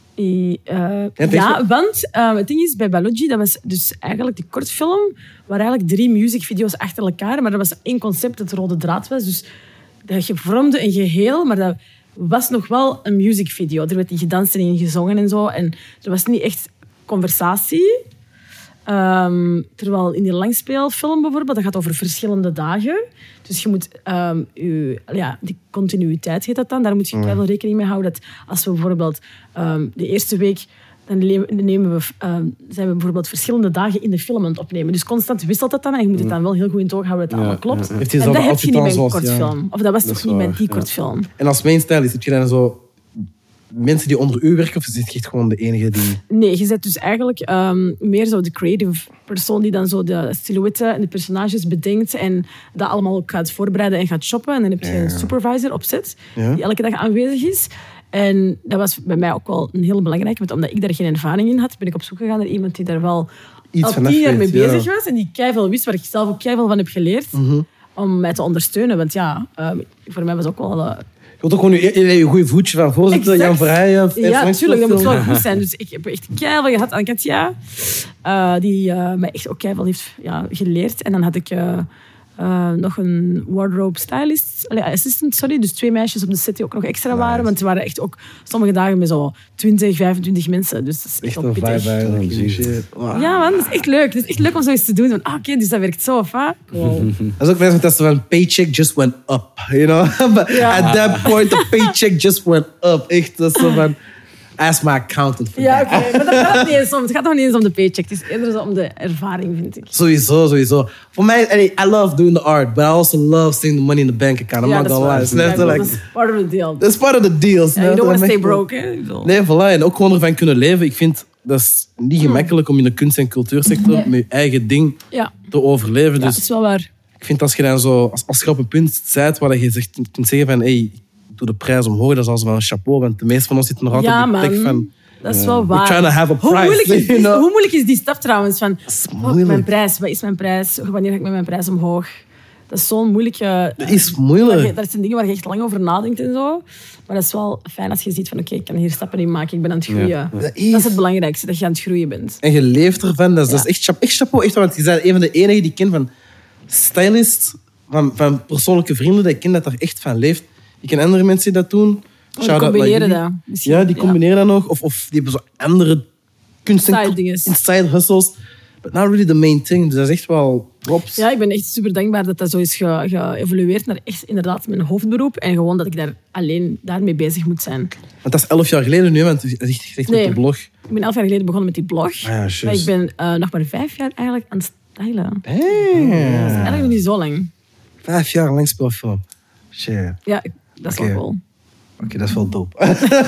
Ja, want het ding is, bij Balogi, dat was dus eigenlijk die kortfilm, waren eigenlijk 3 musicvideo's achter elkaar, maar dat was 1 concept dat de rode draad was. Dus dat je vormde een geheel, maar dat was nog wel een musicvideo. Er werd in gedanst en in gezongen en zo. En er was niet echt conversatie. Terwijl in die langspeelfilm bijvoorbeeld, dat gaat over verschillende dagen. Dus je moet die continuïteit heet dat dan. Daar moet je wel rekening mee houden dat als we bijvoorbeeld de eerste week dan zijn we bijvoorbeeld verschillende dagen in de film aan het opnemen. Dus constant wisselt dat dan en je moet het dan wel heel goed in het oog houden dat het allemaal klopt. Heeft hij En zo dat de heb je niet met een outfit aan zoals- kortfilm. Of dat was Dat toch is niet waar, met die ja. kortfilm. En als main stylist, heb je dan zo mensen die onder u werken, of zit je echt gewoon de enige die... Nee, je bent dus eigenlijk meer zo de creative persoon die dan zo de silhouetten en de personages bedenkt en dat allemaal ook gaat voorbereiden en gaat shoppen. En dan heb je een supervisor op set die elke dag aanwezig is. En dat was bij mij ook wel een heel belangrijk, want omdat ik daar geen ervaring in had, ben ik op zoek gegaan naar iemand die daar wel Iets al vanaf 10 jaar mee weet, ja. bezig was en die keiveel wist, waar ik zelf ook keiveel van heb geleerd, om mij te ondersteunen. Want voor mij was ook wel... Je wilt ook gewoon je goede voetje van voorzitter, Exact. Jan Verheijen. Ja, natuurlijk, dat moet wel goed zijn. Dus ik heb echt keiveel gehad aan Katja, die mij echt ook keiveel heeft geleerd. En dan had ik nog een wardrobe stylist, assistant, sorry. Dus 2 meisjes op de set die ook nog extra waren. Want er waren echt ook sommige dagen met zo 20, 25 mensen. Dus dat is echt wel pittig. Ja man, dat is echt leuk. Het is echt leuk om zoiets te doen. Van, oké, dus dat werkt zo. Of, wow. Dat is ook mensen dat van paycheck just went up. You know? But at that point, the paycheck just went up. Echt, dat is zo van... Ask my accountant for Ja, that. oké. Maar daar gaat het niet eens om. Het gaat nog niet eens om de paycheck. Het is eerder zo om de ervaring, vind ik. Sowieso. Voor mij, I love doing the art, but I also love seeing the money in the bank account. I'm not gonna lie. Ja, dat is part of the deal. That's part of the deal. Ja, you don't want to stay broke, hè? Ik bedoel. Nee, voilà. En ook gewoon ervan kunnen leven. Ik vind, dat is niet gemakkelijk om in de kunst- en cultuursector met je eigen ding te overleven. Ja, Dus dat is wel waar. ik vind als je dan zo, als je op een punt bent waar je zegt, kunt zeggen van, hey, doe de prijs omhoog, dat is als wel een chapeau. Want de meeste van ons zitten nog altijd op die plek van... Dat is wel waar. We're trying to have a price. Hoe moeilijk is die stap trouwens? Van, moeilijk. mijn prijs, wat is mijn prijs? Wanneer ga ik met mijn prijs omhoog? Dat is zo'n moeilijke... Dat is moeilijk. Dat zijn dingen waar je echt lang over nadenkt en zo. Maar dat is wel fijn als je ziet van, oké, ik kan hier stappen in maken. Ik ben aan het groeien. Ja. Dat is het belangrijkste, dat je aan het groeien bent. En je leeft ervan. Dat is echt chapeau. Echt, want je bent een van de enigen die ik ken van stylist, van persoonlijke vrienden, dat ik ken dat er echt van leeft. Ik ken andere mensen die dat doen. Die combineren dat. Misschien. Ja, die combineren dat nog. Of die hebben zo andere kunst- Side-dinges. en side hustles. But not really the main thing. Dus dat is echt wel props. Ja, ik ben echt super dankbaar dat dat zo is geëvolueerd naar echt inderdaad mijn hoofdberoep. En gewoon dat ik daar alleen daarmee bezig moet zijn. Want dat is 11 jaar geleden nu, want je zegt op de blog. Ik ben 11 jaar geleden begonnen met die blog. Ja, juist. Maar ik ben nog maar 5 jaar eigenlijk aan het stylen. Hey. Dat is eigenlijk nog niet zo lang. 5 jaar lang speelfilm. Shit. Ja, dat is wel cool. Oké, dat is wel dope.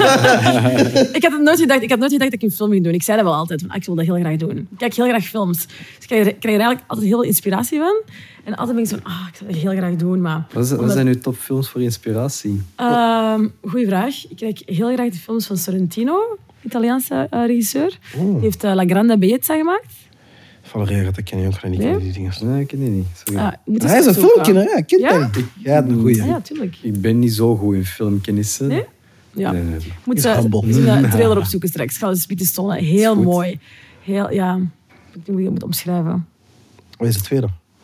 Ik had nooit gedacht dat ik een film ging doen. Ik zei dat wel altijd, van, ik wil dat heel graag doen. Ik kijk heel graag films. Dus ik krijg er eigenlijk altijd heel veel inspiratie van. En altijd ben ik zo van, ik zou dat heel graag doen. Maar, Wat zijn uw topfilms voor inspiratie? Goeie vraag. Ik kijk heel graag de films van Sorrentino, Italiaanse regisseur. Die heeft La Grande Bellezza gemaakt. Valeria, dat ken je ook niet. Nee? Die dingen. Nee, ik ken die niet. Sorry. Hij is een filmpje, hè? Ja, kent hij. Ja, een goeie. Ja, tuurlijk. Ik ben niet zo goed in filmkennissen. Nee? Ja. Nee. Moet Is ze humble. een trailer opzoeken straks. Ik ga eens bieden tonen. Heel mooi. Heel, ja. Ik weet niet hoe je het moet omschrijven. Wat is de tweede?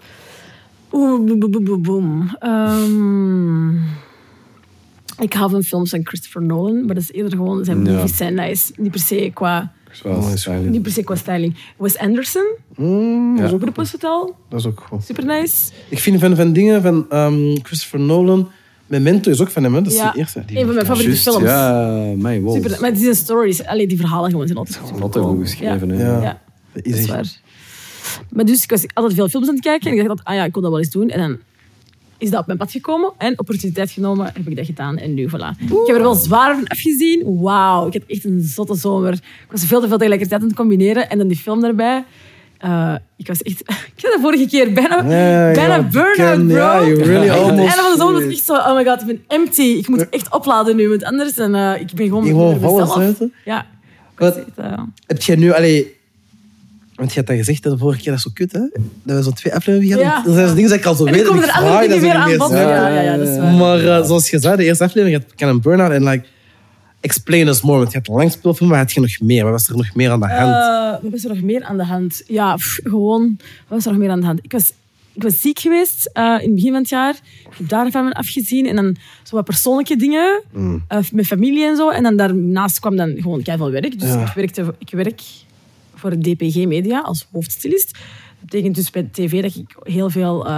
Ik hou van films van Christopher Nolan, maar dat is eerder gewoon zijn movies zijn nice. Niet per se qua styling. Wes Anderson, dat is ook de Posthotel. Dat is ook goed. Super nice. Ik vind van dingen van Christopher Nolan... Memento is ook van hem, hè? Dat is de eerste. Een van mijn favoriete films. Ja, my wow. Super, maar die zijn stories, die verhalen gewoon zijn altijd super Altijd goed geschreven. Ja. Hè. Ja, dat is waar. Maar dus ik was altijd veel films aan het kijken en ik dacht dat ik wil dat wel eens doen. En dan is dat op mijn pad gekomen en opportuniteit genomen, heb ik dat gedaan. En nu, voilà. Ik heb er wel zwaar van afgezien. Wauw, ik had echt een zotte zomer. Ik was veel te veel tegelijkertijd aan het combineren en dan die film daarbij. Ik was echt... Ik had de vorige keer bijna burn-out, bro. Ja, you really Echt, almost... het einde van de zomer was ik echt zo... Oh my god, ik ben empty. Ik moet echt opladen nu, want anders dan... ik ben gewoon met mezelf. Ja. Heb jij nu... Want je had dat gezegd de vorige keer, dat is zo kut, hè? Dat we zo 2 afleveringen hadden. Ja. Er zijn zo dingen dat ik al zo weet. En dan komen er andere dingen weer aan bod. Ja, Ja, dat is waar. Maar zoals je zei, de eerste aflevering had ik een burn-out en explain us more. Want je had een lang speelfilm, maar had je nog meer? Wat was er nog meer aan de hand? Wat was er nog meer aan de hand? Ja, gewoon... Wat was er nog meer aan de hand? Ik was ziek geweest in het begin van het jaar. Ik heb daarvan afgezien. En dan zo wat persoonlijke dingen. Met familie en zo. En dan daarnaast kwam dan gewoon keiveel werk. Dus ik werk voor het DPG Media als hoofdstylist. Dat betekent dus bij tv dat ik heel veel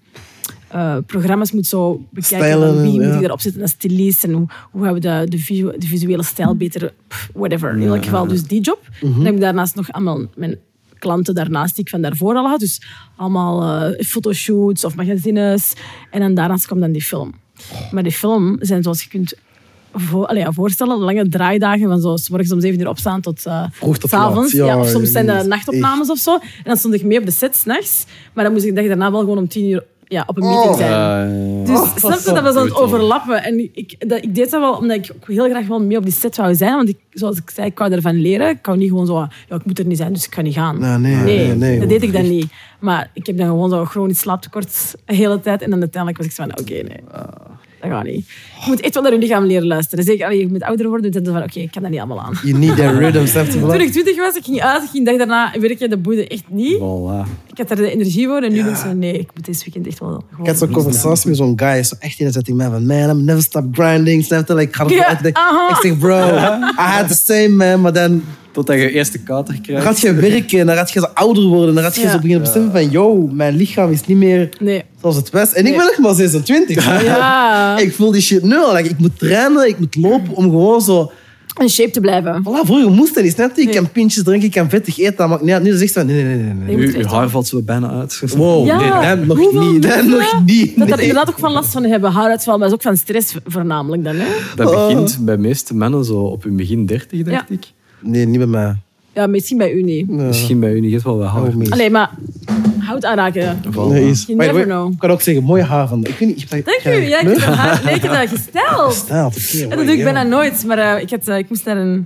programma's moet zo bekijken. Stylen, van wie moet ik erop zetten als stylist en hoe gaan we de visuele stijl beter... Whatever. In elk geval dus die job. Dan heb ik daarnaast nog allemaal mijn klanten daarnaast die ik van daarvoor al had. Dus allemaal fotoshoots of magazines. En dan daarnaast kwam dan die film. Maar die film zijn zoals je kunt... voorstellen, lange draaidagen van zo 's morgens om 7 uur opstaan tot 's avonds. Ja, of soms zijn dat nachtopnames of zo. En dan stond ik mee op de set 's nachts. Maar dan moest ik de dag daarna wel gewoon om 10 uur op een meeting zijn. Dus snap je, dat was aan het overlappen. En ik deed dat wel omdat ik ook heel graag wel mee op die set zou zijn. Want zoals ik zei, ik wou ervan leren. Ik wou niet gewoon zo, ik moet er niet zijn, dus ik kan niet gaan. Nee, dat deed ik dan niet. Maar ik heb dan gewoon zo chronisch slaaptekort de hele tijd. En dan uiteindelijk was ik zo van, oké, nee. Dat gaat niet. Je moet echt wel naar je lichaam leren luisteren. Zeker als je moet ouder worden, dan van oké, ik kan dat niet allemaal aan. You need that rhythm, snap je? Toen ik 20 was, ik ging uit, ik ging de dag daarna werken, dat boeide echt niet. Voilà. Ik had er de energie voor en nu denk ik zo, nee, ik moet dit weekend echt wel... Ik had zo'n conversatie met zo'n guy, zo echt in de setting man, I'm never stop grinding, snap je? Like, ik ga ervoor uit. Ik zeg, bro, I had the same man, maar dan Totdat je eerste kater dan krijgt. gaat je werken, dan gaat je zo ouder worden, dan gaat je zo beginnen beseffen van, yo, mijn lichaam is niet meer Nee. zoals het was. En ik ben nog maar 26. Ja. Ik voel die shit nu al. Like, ik moet trainen, ik moet lopen om gewoon zo... In shape te blijven. Voilà, vroeger moest dat niet, snap je? Ik kan pintjes drinken, ik kan vettig eten, dat maakt niet uit. Nu is het echt van, nee. moet Je echt haar valt zo bijna uit. Wow, Ja, nee, dat nog hoeveel niet, dat mensen nog niet. Dat daar Nee. inderdaad ook van last van hebben. Haaruitval, maar dat is ook van stress voornamelijk dan. Hè? Dat begint bij de meeste mannen zo op hun begin 30, dacht Ja. ik. Nee, niet bij mij. Ja, misschien bij u niet. Misschien bij u niet, je hebt wel wat haar. Oh, nee. Allee, maar hout aanraken. Voilà. Nee, is... You never Wait, know. ik kan ook zeggen, mooie haar van. Ik weet niet... Dank u. Ja, ik heb een haar. Nee, ik heb dat gesteld. Stelt, En dat doe ik bijna nooit. Maar ik moest naar een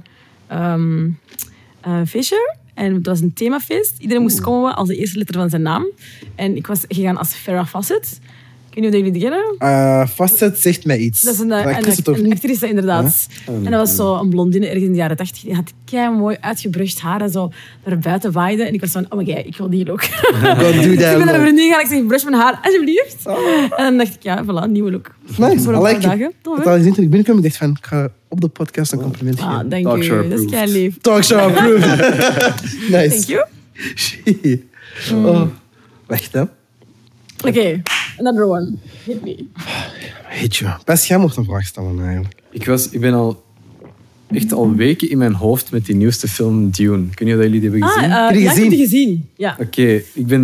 feestje. En het was een themafeest. Iedereen moest komen als de eerste letter van zijn naam. En ik was gegaan als Farrah Fawcett. Ik weet niet of jullie die kennen. Fastzet zegt mij iets. Dat is een actrice toch niet? actrice, inderdaad. En dat was zo een blondine ergens in de jaren 80. Die had kei mooi uitgebrushed haar en zo naar buiten waaide. En ik was van, oh my god, ik wil die look. Don't do Ik ben naar een that. vriendin gaan. Ik zeg, brush mijn haar, alsjeblieft. En dan dacht ik, ja, voilà, nieuwe look. Nice, Voor I een paar like dagen. it. Tof, Ik hè? had al gezien toen ik binnenkwam, ik dacht van, ik ga op de podcast een compliment Ah, geven. dank Talkshow u. Dat is approved. kei lief. Talkshow approved. Nice. Thank you. Shit. Oh. Wacht, hè. Oké, another one. Hit me. Heet je. Best, jij mocht een vraag stellen eigenlijk. Ik ben al weken in mijn hoofd met die nieuwste film Dune. Ik weet niet of jullie die hebben gezien. Heb je ja, ik heb gezien? die gezien. Ja. Oké,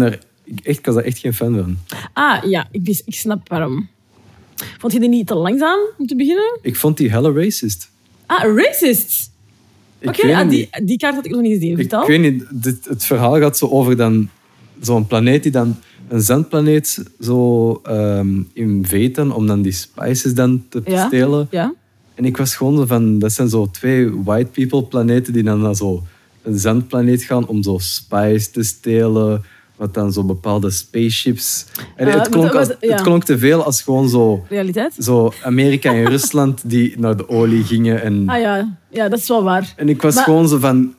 ik was daar echt geen fan van. Ja, ik snap waarom. Vond je die niet te langzaam om te beginnen? Ik vond die hella racist. Racist. Ik Oké, weet niet. die kaart had ik nog niet gezien. Vertel. Ik weet niet, het verhaal gaat zo over dan zo'n planeet die dan een zandplaneet zo invaden om dan die spices dan te stelen. Ja. En ik was gewoon zo van, dat zijn zo twee white people planeten die dan naar zo een zandplaneet gaan om zo spice te stelen, wat dan zo bepaalde spaceships... En het klonk te veel als gewoon zo... Realiteit? Zo Amerika en Rusland die naar de olie gingen. En, ja, dat is wel waar. en ik was gewoon zo van...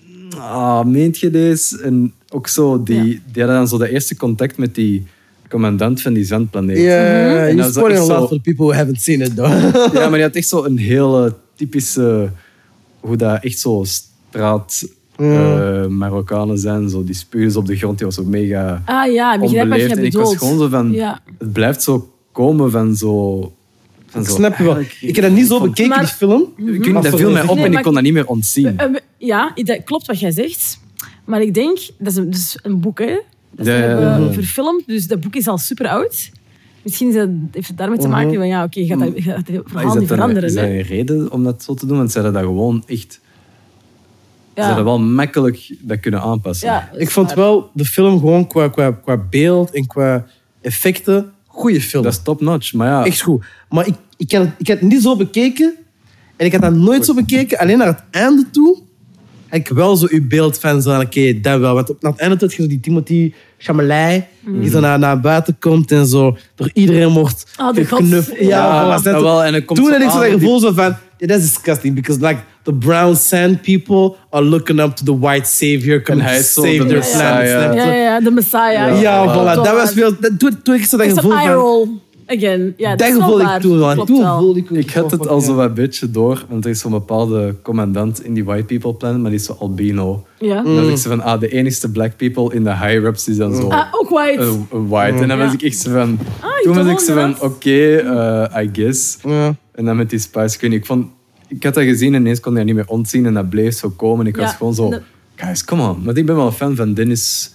meent je deze? En ook zo, die hadden dan zo de eerste contact met die commandant van die zandplaneet. Yeah, En you're dan spoiling a zo lot echt for the people who haven't seen it, though. Ja, maar die had echt zo een hele typische... Hoe dat echt zo straat... Marokkanen zijn, zo die spuugjes op de grond, die was zo mega Ik begrijp wat je onbeleefd. En ik was bedoelt. gewoon zo van... Ja. Het blijft zo komen van zo... Ik snap je wel. Ik heb dat niet zo bekeken, die film. Dat viel mij op Nee, en ik maar- kon dat niet meer ontzien. Ja, dat klopt wat jij zegt. Maar ik denk, dat is een boek, hè? Dat Ja, hebben verfilmd, dus dat boek is al super oud. Misschien heeft het daarmee te maken van, ja, oké, gaat het Maar verhaal niet veranderen. is dat hè? een reden om dat zo te doen? Want ze hadden dat gewoon echt... Ze Ja. hadden wel makkelijk dat kunnen aanpassen. Ja, dat is Ik vond waar. wel de film gewoon qua beeld en qua effecten, goede film. Dat is top-notch, maar ja... Echt goed. Maar ik had het niet zo bekeken. En ik had dat nooit zo bekeken. Alleen naar het einde toe had ik wel zo uw beeld van zo, oké, dat wel. Want naar het einde toe had je zo die Timothy Chalamet, die zo naar buiten komt en zo door iedereen wordt Oh, de geknuffeld. god. Ja, voilà, dat wel. En dan komt toen zo had ik zo aan dat die- gevoel zo van, that is disgusting. Because like the brown sand people are looking up to the white savior coming hij to is zo save de their Messiah. planet. snap je? Ja, de Messiah. Ja, voilà. Klopt Dat was wel. veel... Toen ik zo dat Echt gevoel een eye van... roll. Again. Ja, Dat is wel gevoel ik waar. toen wel. En Klopt toen wel. voelde ik... Ik had het al zo wat beetje door, want er is zo'n bepaalde commandant in die White People Planet, maar die is zo albino. Ja. En dan was ik zo van, de enigste black people in de higher-ups is dan zo Ook white. een white. En dan was Ja. ik echt zo van... je Toen was told ik zo van, us. oké, I guess. Ja. En dan met die spice, ik weet niet, ik had dat gezien en ineens kon ik dat niet meer ontzien en dat bleef zo komen. En ik Ja, was gewoon zo, en dat- guys, come on. Want ik ben wel een fan van Dennis,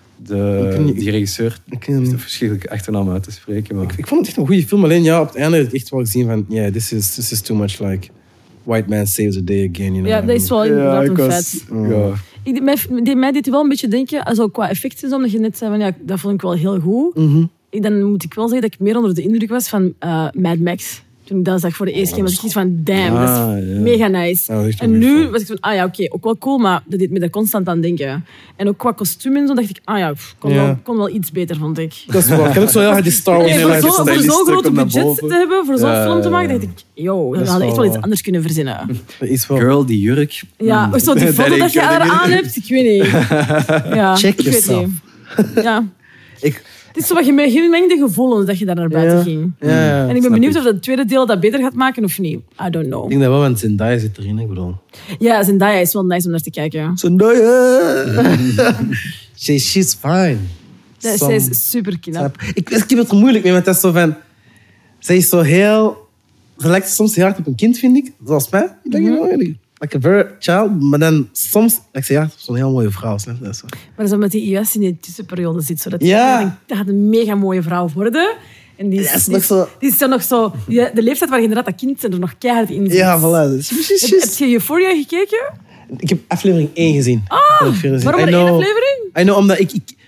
die regisseur. Ik ken hem Ik niet. is verschrikkelijk achternaam uit te spreken, maar... Ik vond het echt een goede film. Alleen ja, op het einde heb ik echt wel gezien van... Yeah, this is too much like... White man saves the day again, you know. Ja, dat is wel inderdaad een feit. Ja. Mij deed wel een beetje denken, also qua effecten, omdat je net zei van, ja, dat vond ik wel heel goed. Dan moet ik wel zeggen dat ik meer onder de indruk was van Mad Max. Toen ik dat zag voor de eerste keer, was ik iets van, damn, dat is mega nice. Ja, dat is echt en een nu goeie film. was ik van, oké, ook wel cool, maar dat deed me daar constant aan denken. En ook qua kostuum en zo dacht ik, kon wel iets beter, vond ik. Dat is waar. Ik heb ook zo heel hard die Star Wars... Nee, heel hard die voor zo'n stylist grote komt naar budget boven. te hebben, voor zo'n film te maken, ja. dacht ik, we is hadden echt wel wel iets anders kunnen verzinnen. Dat is wel... Girl, die jurk. Ja, ook zo die foto dat je aan hebt, ik weet niet. Ja, Check ik weet yourself. niet. Ja. Ik- Het is zo wat gemengde gevoelens dat je daar naar buiten ging. Ja, En ik ben benieuwd of dat tweede deel dat beter gaat maken of niet. I don't know. Ik denk dat wel, want Zendaya zit erin, ik bedoel. Ja, Zendaya is wel nice om naar te kijken. Zendaya! She's fine. Zij is super knap. Ik heb het er moeilijk mee, want dat is zo van... Zij is zo heel... Ze lijkt soms heel hard op een kind, vind ik. Zoals mij. Ik denk, like a very child. Maar dan soms... Ik zeg, ja, zo'n heel mooie vrouw. Snap je? Dat is zo. Maar zo met die IS in die tussenperiode zit. Zodat Ja. dat gaat een mega mooie vrouw worden. En die is, Ja, is nog zo- die is zo nog zo... De leeftijd waar je inderdaad dat kind er nog keihard in zit. Ja, voilà. Heb je Euphoria gekeken? Ik heb aflevering 1 gezien. Waarom maar één aflevering? I know, omdat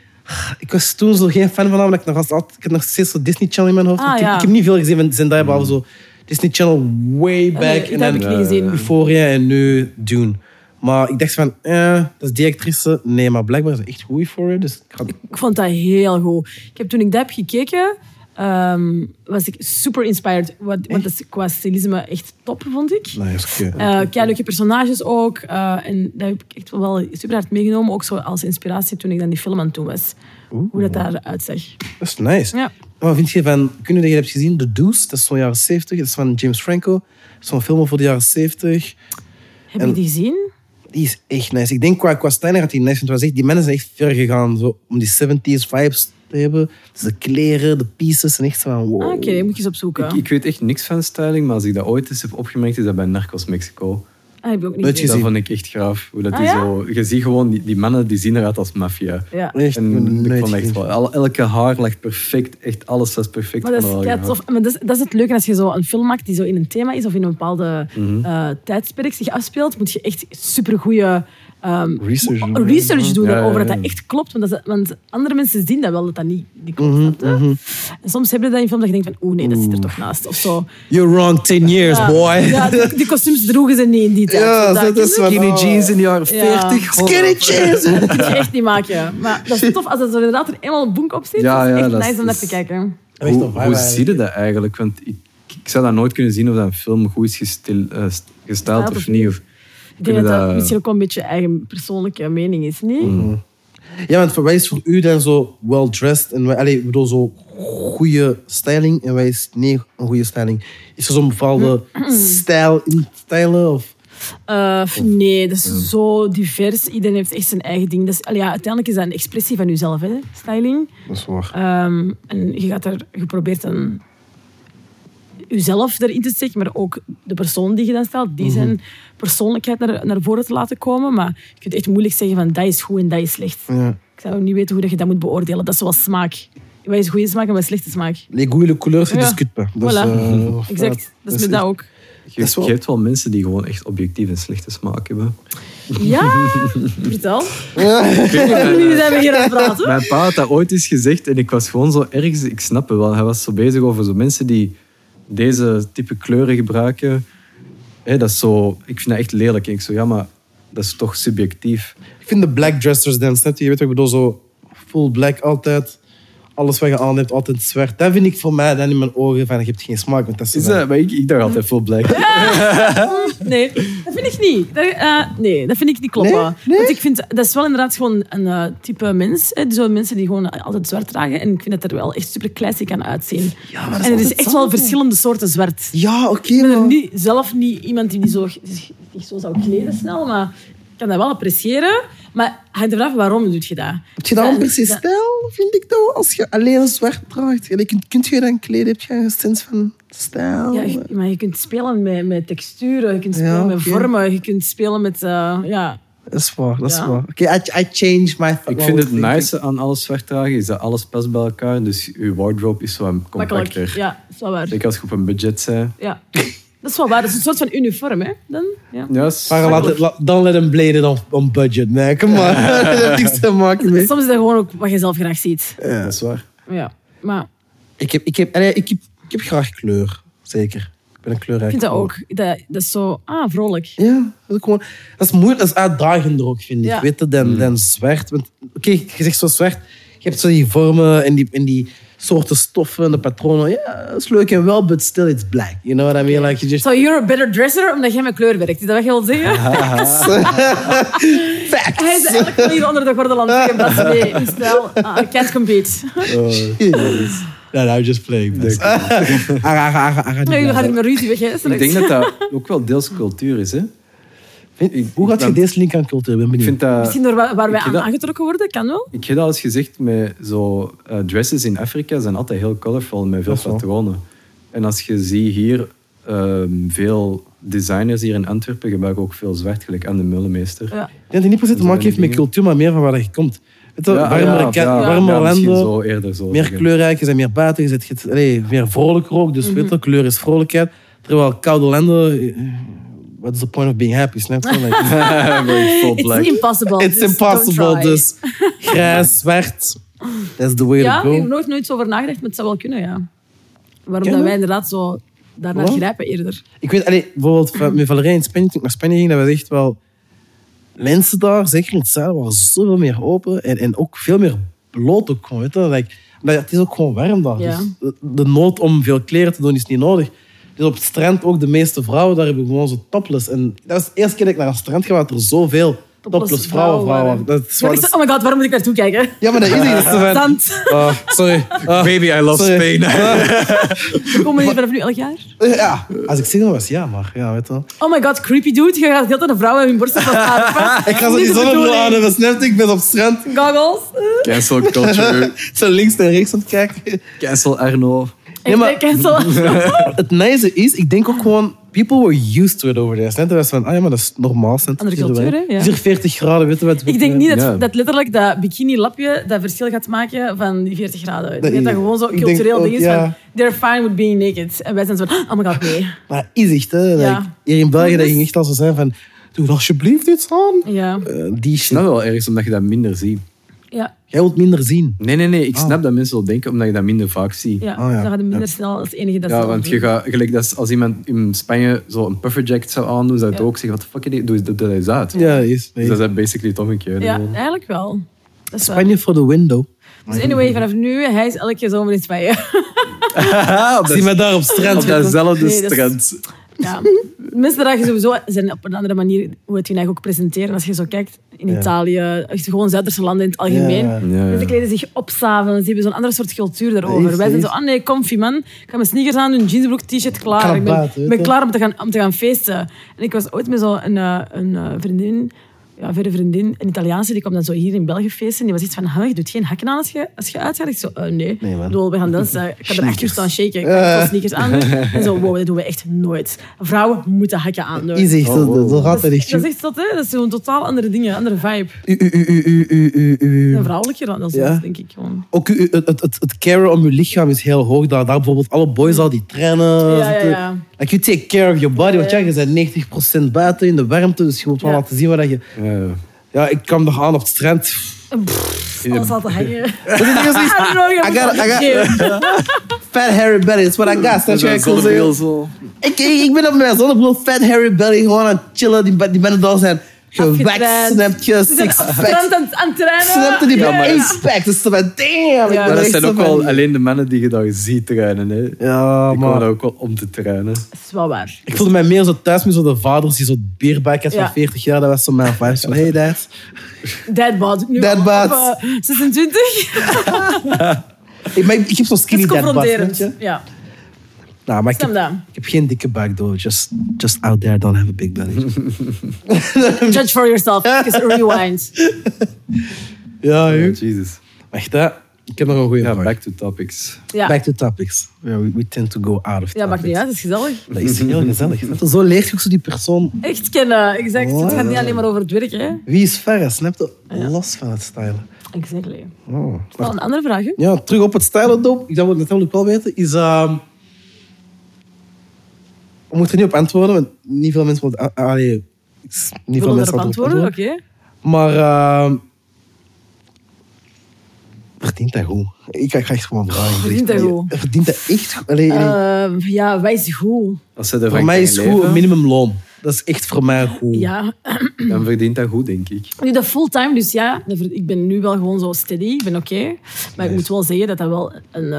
ik was toen zo geen fan van haar, omdat ik had nog steeds zo Disney Channel in mijn hoofd. Ik heb niet veel gezien van Zendaya, behalve zo Disney Channel way back. Nee, dat heb ik niet gezien. Euphoria en nu Dune. Maar ik dacht van, dat is die actrice. Nee, maar blijkbaar is het echt goed voor haar. Dus Ik vond dat heel goed. Toen ik dat heb gekeken, was ik super inspired. Want dat is qua stilisme echt top, vond ik. nee, is oké. Leuke personages ook. En dat heb ik echt wel super hard meegenomen. Ook zo als inspiratie toen ik dan die film aan het doen was. Hoe dat daaruit zag. Dat is nice. Ja. Maar vind je van, kunnen dat je hebt gezien, The Deuce, dat is zo'n jaren 70, dat is van James Franco. Dat is zo'n film voor de jaren 70. Heb je die gezien? Die is echt nice. Ik denk qua styling had die nice. Want die mannen zijn echt ver gegaan zo, om die 70s vibes te hebben. Dus de kleren, de pieces en echt zo van wow. Oké, die moet je eens opzoeken. Ik weet echt niks van styling, maar als ik dat ooit eens heb opgemerkt, is dat bij Narcos Mexico. Heb ik ook niet Nooit gezien. Dat vond ik echt gaaf. Hoe dat Ah, die ja? zo, je ziet gewoon, die mannen die zien eruit als maffia. Ja. Echt, En ik nooit vond echt gezien. wel, elke haar lag perfect, echt alles was perfect. Maar dat is, van kei elkaar. tof. Maar dat is het leuke als je zo een film maakt die zo in een thema is of in een bepaalde tijdsperk zich afspeelt, moet je echt supergoeie research doen Ja, daarover, ja, dat ja. dat echt klopt. Want andere mensen zien dat wel, dat dat niet klopt. snap je? En soms heb je dat in films dat je denkt van, nee, dat zit er toch naast. Of zo. You're wrong 10 years, boy. Ja, die kostuums droegen ze niet in die tijd. Ja, Zo, dat is kun wat... Skinny jeans in de jaren Ja. 40. Skinny jeans! je echt niet maken. Maar dat is tof als het zo inderdaad er eenmaal een boek op zit. Ja, dat is ja, echt dat is- nice om naar dat te is- kijken. Hoe zie je dat eigenlijk? Want ik zou dat nooit kunnen zien of dat een film goed is gestyled of niet. Of, Ik denk dat dat dat- misschien ook wel een beetje eigen persoonlijke mening is, niet? Ja, want voor wij is voor u dan zo well-dressed en ik bedoel zo goede styling en wij is niet een goede styling. Is er zo'n bepaalde stijl in stijlen? Of? Nee, dat is zo divers. Iedereen heeft echt zijn eigen ding. Dat is, uiteindelijk is dat een expressie van jezelf, hè, styling. Dat is waar. En je probeert dan jezelf erin te steken, maar ook de persoon die je dan stelt, die zijn persoonlijkheid naar voren te laten komen. Maar je kunt echt moeilijk zeggen van dat is goed en dat is slecht. Ja. Ik zou niet weten hoe je dat moet beoordelen. Dat is zoals smaak. Wat is goede smaak en wat is slechte smaak? Les goûts et les couleurs, c'est Ja. discutable. Voilà. Exact. Dat is met dat ook. je hebt wel mensen die gewoon echt objectief een slechte smaak hebben. Ja, vertel. Nu zijn we hier aan het praten. Mijn pa had dat ooit eens gezegd en ik was gewoon zo ergens... Ik snap het wel. Hij was zo bezig over zo mensen die deze type kleuren gebruiken. Dat is zo... Ik vind dat echt lelijk. En ik zo, ja, maar dat is toch subjectief. Ik vind de black dressers dan, snap je? Je weet wat ik bedoel, zo full black altijd. Alles wat je aan hebt, altijd zwart. Dat vind ik voor mij dan in mijn ogen van, je hebt geen smaak. Want dat is zo Is van- dat, maar ik dacht altijd full black. Nee, dat vind ik niet. Nee, dat vind ik niet kloppen. Nee? Want ik vind, dat is wel inderdaad gewoon een type mens. Hè. Zo mensen die gewoon altijd zwart dragen. En ik vind dat er wel echt super classy kan uitzien. Ja, maar dat En er is altijd echt wel hetzelfde. verschillende soorten zwart. Ja, oké, Ik ben er maar... zelf niet iemand die zich zo zou kleden snel, maar ik kan dat wel appreciëren. Maar hangt er vanaf waarom doe je dat? Heb je dan per se Dat- stijl, vind ik toch? Als je alleen zwart draagt. Kunt je dan kleden? Heb je een sens van stijl? Ja, maar je kunt spelen met texturen, je kunt spelen met oké. vormen, je kunt spelen met... ja. Dat is waar, dat is Ja. waar. Oké, I changed my... Ik vind het nice aan alles zwart dragen is dat alles past bij elkaar. Dus je wardrobe is zo Makkelijk. compacter. Ja, dat is wel waar. Zeker als je op een budget bent. Ja. Dat is wel waar. Dat is een soort van uniform, hè? Dan? Ja. Ja, is- Maar dan let hem bleden on budget. Nee, kom maar. Dat heeft niks te maken mee. Soms is dat gewoon ook wat je zelf graag ziet. dat is waar. Ja. Maar Ik heb graag kleur. Zeker. ben een kleurrijk. Ik vind dat ook. Dat is zo... vrolijk. Ja, dat is moeilijk. Dat is uitdagender ook, vind ik. Ja. Weet je, dan zwart. Oké, je zegt zo zwart. Je hebt zo die vormen en die soorten stoffen en de patronen. Ja, dat is leuk en wel, but still it's black. You know what I mean? Like, you just... So you're a better dresser omdat jij met kleur werkt. Is dat wat je wil zeggen? Facts! Hij is eigenlijk wel hier onder de gordel aan het zeggen. Dat nee, niet snel. I can't compete. I'm just playing. Nee, we gaan niet meer ruzie weg. Ik denk dat dat ook wel deels cultuur is. Hè? Hoe gaat je deze link aan cultuur? Ben benieuwd. Ik vind dat, Misschien door waar wij aan aangetrokken worden, kan wel. Ik heb dat al eens gezegd, met zo dresses in Afrika zijn altijd heel colorful, met veel patronen. En als je ziet hier, veel designers hier in Antwerpen gebruiken ook veel zwart, gelijk aan de Meulemeester. Ja. Ik denk dat het niet per se te maken heeft met cultuur, maar meer van waar je komt. Warmere landen, zo eerder zo meer kleurrijk, je bent meer buiten, je bent meer vrolijker ook. Dus weet je, kleur is vrolijkheid. Terwijl koude landen... What is the point of being happy? Snap je? It's impossible. It's impossible. Dus grijs, zwart. That's the way to go. Ja, ik heb nooit zo over nagedacht, maar het zou wel kunnen, ja. Waarom dat wij inderdaad zo daarnaar grijpen eerder. Ik weet, bijvoorbeeld met Valerie in Spanje, toen ik naar Spanje ging, dat was echt wel... Mensen daar, zeker in het zuiden, waren zoveel meer open en ook veel meer bloot ook gewoon, weet je. Het is ook gewoon warm daar. Ja. Dus de nood om veel kleren te doen is niet nodig. Dus op het strand ook de meeste vrouwen, daar hebben gewoon zo topless. En dat was de eerste keer dat ik naar een strand ga, dat er zoveel topless vrouwen waren. Oh my god, waarom moet ik naartoe kijken? Ja, maar dat is het. Zand. Sorry. Baby, I love Spain. We komen hier vanaf nu elk jaar. Ja, als ik zeg dan was ja, maar ja, weet je wel. Oh my god, creepy dude. Je gaat de hele tijd een vrouw in hun borsten van aan. Ik ga zo die zonnebril aan en snap ik ben op het strand. Goggles. Cancel culture. Zo links en rechts aan het kijken. Cancel Arno. Nee, maar Cancel. het nice is, ik denk ook gewoon, people were used to it over there. Net was van, ja, maar dat is normaal. Andere cultuur, hè? Ja. Het is hier 40 graden, weet je wat? Ik denk niet dat letterlijk dat bikini-lapje dat verschil gaat maken van die 40 graden. Ik denk dat dat gewoon zo cultureel ding is van, they're fine with being naked. En wij zijn zo van, oh my god, nee. Maar is echt, hè. Ja. Hier in België, dat ging echt al zo zijn van, doe alsjeblieft iets aan. Ja. Die Ik snap wel ergens, omdat je dat minder ziet. Ja. Jij wilt minder zien. Nee. Ik snap dat mensen wel denken, omdat je dat minder vaak ziet. Ja, dan gaat het minder snel als enige dat Ja, want je gaat, gelijk dat als iemand in Spanje zo een puffer jacket zou aandoen, zou het ook zeggen, wat de fuck, doe dat eens uit. Ja, is. Dus dat is basically het omgekeerde. Ja, eigenlijk wel. Dat is Spanje for the window. Dus anyway, vanaf nu, hij is elke zomer in Spanje. Zie me daar op strand. Op datzelfde Nee, dat is- strand. Ja. Mensen dragen sowieso zijn op een andere manier hoe het hun eigenlijk ook presenteren. Als je zo kijkt in Italië, gewoon Zuiderse landen in het algemeen. Ja. Mensen kleden zich op 's avonds. Die hebben zo'n andere soort cultuur daarover. Wij zijn zo, nee, comfy man. Ik ga mijn sneakers aan doen, jeansbroek, t-shirt, klaar. Ik ben klaar om te gaan feesten. En ik was ooit met zo'n vriendin, ja, verre vriendin, een Italiaanse, die kwam dan zo hier in België feesten. Die was iets van, je doet geen hakken aan als je uitgaat. Ik zo, nee. Ik bedoel, we gaan dansen. Ik ga er echt staan shaken. Ik ga sneakers aan doen. En zo, wow, dat doen we echt nooit. Vrouwen moeten hakken aandoen. Easy, zo gaat het echt. Dat is echt dat, hè. Dat is zo'n totaal andere dingen, andere vibe. Een vrouwelijker dan dat, denk ik gewoon. Ook het caren om je lichaam is heel hoog. Daar bijvoorbeeld alle boys al die trainen. Ja. Like you take care of your body. Want ja, je bent 90% buiten in de warmte. Dus je moet wel laten zien wat je... Ja, ik kwam nog aan op het strand. Alles al te hangen. I got fat hairy belly. That's what I got. Snap je? Ik ben op mijn zonnebril fat hairy belly. Gewoon aan het chillen. Die mannen zijn gewaxt. Snap je? Six-pack. Aan het trainen. Snap je? Die hebben 8-pack. Dus zo van, damn. Ja, Maar dat zijn ook wel alleen de mannen die je dan ziet trainen. Hè. Ja, die maar... komen ook wel om te trainen. Dat is wel waar. Ik voelde mij meer zo thuis met zo de vaders die zo'n bierbuik had van 40 jaar. Dat was zo mijn vibes van, hey dad. Dadbod. Nu Dad bod. op 26. Ik heb zo'n skinny Dat is dad bod. confronterend. Ja. Nou, maar Snap dat. ik heb geen dikke buik, though. Just out there, don't have a big belly. Judge for yourself. Because rewind. Ja, joh. Jesus. Wacht, hè. Ik heb nog een goede Ja, vraag. back to topics. Ja. Back to topics. Yeah, we tend to go out of Ja, maakt niet uit. Het is gezellig. Dat is heel gezellig. Zo leert je ook zo die persoon. Echt kennen. Exact. Het gaat niet alleen maar over het werk, hè. Wie is verre, snap je? Los van het stylen. Exactly. Oh. Wel een andere vraag, hè? Ja, terug op het stylen, doop. Dat wil ik natuurlijk wel weten. Is... We moeten er niet op antwoorden, want niet veel mensen willen... niet veel Willen mensen erop antwoorden? Oké. Maar... Verdient dat goed? Ik ga echt gewoon vragen. Verdient dat goed? Verdient dat echt goed? Ja, wij is goed. Als ze ervan Voor mij kan is goed leven, een minimumloon. Dat is echt voor mij goed. Ja. dan verdient dat goed, denk ik. Nu, dat fulltime, dus ja, ik ben nu wel gewoon zo steady. Ik ben oké. Maar ik moet wel zeggen dat dat wel een...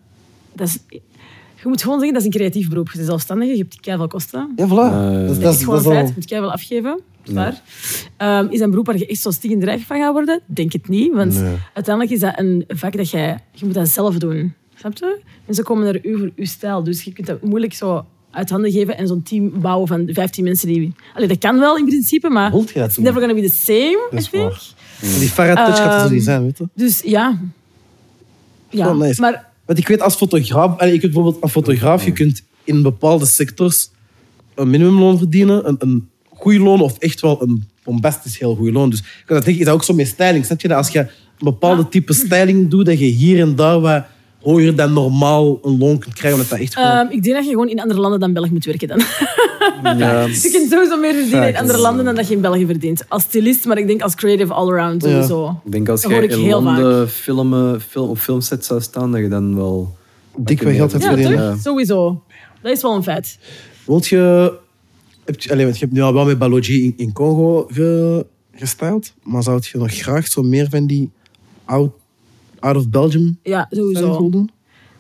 je moet gewoon zeggen, dat is een creatief beroep. Je bent zelfstandige, je hebt keiveel kosten. Ja, voilà. Dat is gewoon een feit. Je moet keiveel afgeven. Is dat een beroep waar je echt zo stigend dreig van gaat worden? Denk het niet. Want uiteindelijk is dat een vak dat je moet dat zelf doen. Snap je? Mensen komen naar u voor uw stijl. Dus je kunt dat moeilijk zo uit handen geven en zo'n team bouwen van 15 mensen die... Allee, dat kan wel in principe, maar Wilt je dat it's doen? never gonna be the same, Dat is I think. waar. Die Farah Touch gaat er zo niet zijn, weet je? Dus ja. Wel nice. Maar Want ik weet als fotograaf... Ik weet bijvoorbeeld als fotograaf, je kunt in bepaalde sectors een minimumloon verdienen, een goede loon of echt wel een bombastisch heel goede loon. Dus ik kan dat denken, is dat ook zo met styling? Snap je dat als je een bepaalde type styling doet, dat je hier en daar wat hoger dan normaal een loon kunt krijgen, omdat dat echt gewoon... ik denk dat je gewoon in andere landen dan België moet werken dan. Ja. Je kunt sowieso meer verdienen in andere landen dan dat je in België verdient. Als stylist, maar ik denk als creative all-around sowieso. Ik denk als Dat je hoor ik in heel Londen op filmset zou staan, dat je dan wel... Dik wat geld hebt Ja, verdiend. toch? Sowieso. Dat is wel een feit. Want je hebt nu al wel met Balogi in Congo gestyled, maar zou je nog graag zo meer van die out of Belgium Ja, styling sowieso. doen?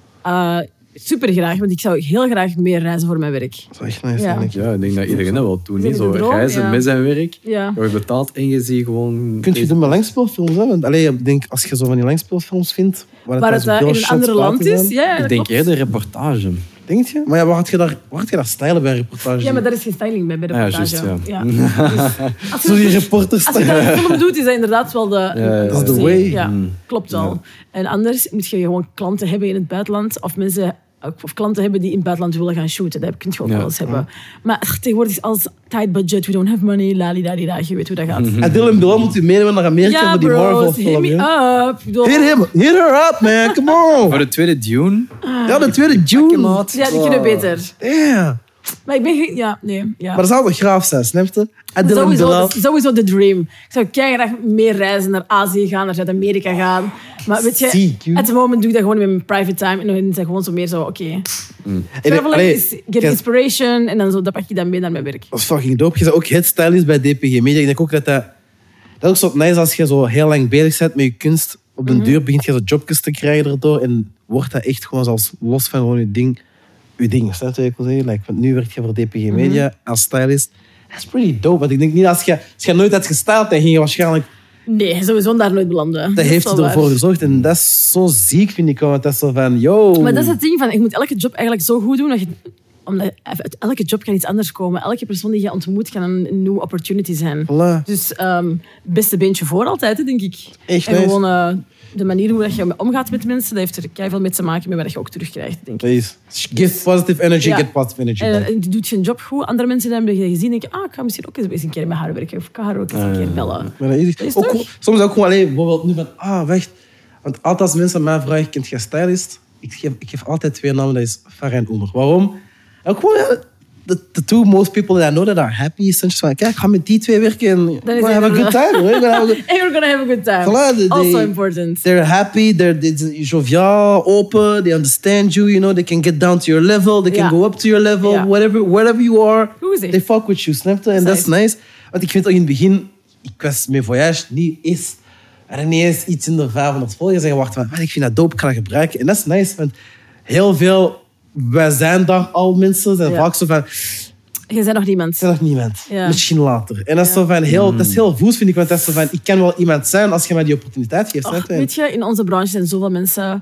Super graag, want ik zou heel graag meer reizen voor mijn werk. Dat is echt nice, Ja. denk ik. Ja, ik denk dat iedereen dat wel doet. Zijn Niet de zo droom? reizen Ja. met zijn werk. Ja. Je wordt betaald en je ziet gewoon... Kunt je doen met langspeelfilms, hè? Want, ik denk, als je zo van die langspeelfilms vindt, waar Waar het het dan in zoveel een shots ander land buiten is. zijn. Ja, Ik dat denk klopt. eerder reportage. Denk je? Maar ja, waar had je daar stylen bij een reportage? Ja, maar daar is geen styling bij de Ah, ja, reportage. juist, ja. Dus als Zo je die reporters als je dat in een film doet, is dat inderdaad wel de... Dat is the way. Ja, klopt wel. En anders moet je gewoon klanten hebben in het buitenland of mensen... Of klanten hebben die in het buitenland willen gaan shooten. Dat kun je ook wel eens hebben. Maar tegenwoordig is alles tight budget. We don't have money. Lali-lali-la. Je weet hoe dat gaat. En Dylan Bilal moet u meenemen naar Amerika Ja, voor die bro. Marvel-film. Hit me up. Ik bedoel- Hit her up, man. Come on. Voor de tweede Dune. Ja, de tweede June. Ja, die kunnen beter. Yeah. Maar ik ben... Ja, nee. Ja. Maar dat zou toch graaf zijn, snap je? En Dylan Bilal. Dat is sowieso de dream. Ik zou graag meer reizen, naar Azië gaan, naar Zuid-Amerika gaan. Maar weet je, Ziek, joh. at the moment doe ik dat gewoon met mijn private time. En dan is dat gewoon zo meer zo, oké. Traveling is get inspiration. En dan zo, dat pak je dan mee naar mijn werk. Dat is fucking dope. Je bent ook headstylist bij DPG Media. Ik denk ook dat is ook zo nice als je zo heel lang bezig bent met je kunst. Op den duur begint je zo jobjes te krijgen erdoor. En wordt dat echt gewoon zelfs los van gewoon je ding. Snap je wat ik wil zeggen? Like, want nu werk je voor DPG Media als stylist. Dat is pretty dope. Want ik denk niet, als je nooit had gestyled, dan ging je waarschijnlijk... Nee, sowieso daar nooit belanden. Dat heeft wel ervoor waar. gezorgd. En dat is zo ziek, vind ik. Want dat is zo van, yo... Maar dat is het ding van, je moet elke job eigenlijk zo goed doen dat je... Omdat uit elke job kan iets anders komen. Elke persoon die je ontmoet kan een nieuwe opportunity zijn. Voilà. Dus beste beentje voor altijd, hè, denk ik. Echt en nice. gewoon de manier hoe je omgaat met mensen, dat heeft er keiveel mee te maken met wat je ook terugkrijgt, denk ik. Please. Give positive energy, Ja. get positive energy. En die doet je job goed. Andere mensen hebben je gezien en denken, ik ga misschien ook eens een keer met haar werken. Of ik ga haar ook eens een keer bellen. Maar dat is, Dat is ook, toch? soms ook gewoon alleen, bijvoorbeeld nu van, wacht. Want altijd als mensen mij vragen, kent je stylist? Ik geef altijd twee namen, dat is Farah en Omer. Waarom? Ook gewoon, the two most people that I know that are happy, is van, kijk, ga met die twee werken en Dan is we're gonna have a good time. We're gonna have a good... And you're gonna have a good time. Voilà, Also important. They're happy, they're joviaal, open, they understand you, you know, they can get down to your level, they can Ja. go up to your level, Ja. wherever you are, Goed they fuck with you, snap je? En dat is nice. Want ik vind ook in het begin, ik was met Voyage niet eens, er niet eens iets in de 500 volgers en wacht van, ik vind dat dope, ik ga dat gebruiken. En dat is nice, want heel veel, wij zijn daar al mensen, zijn vaak zo van, Je bent nog niemand. ik ben nog niemand, Ja. misschien later. En dat is zo van dat is heel voes, vind ik, want dat is zo van, ik kan wel iemand zijn als je mij die opportuniteit geeft. snap je? Weet je, in onze branche zijn zoveel mensen...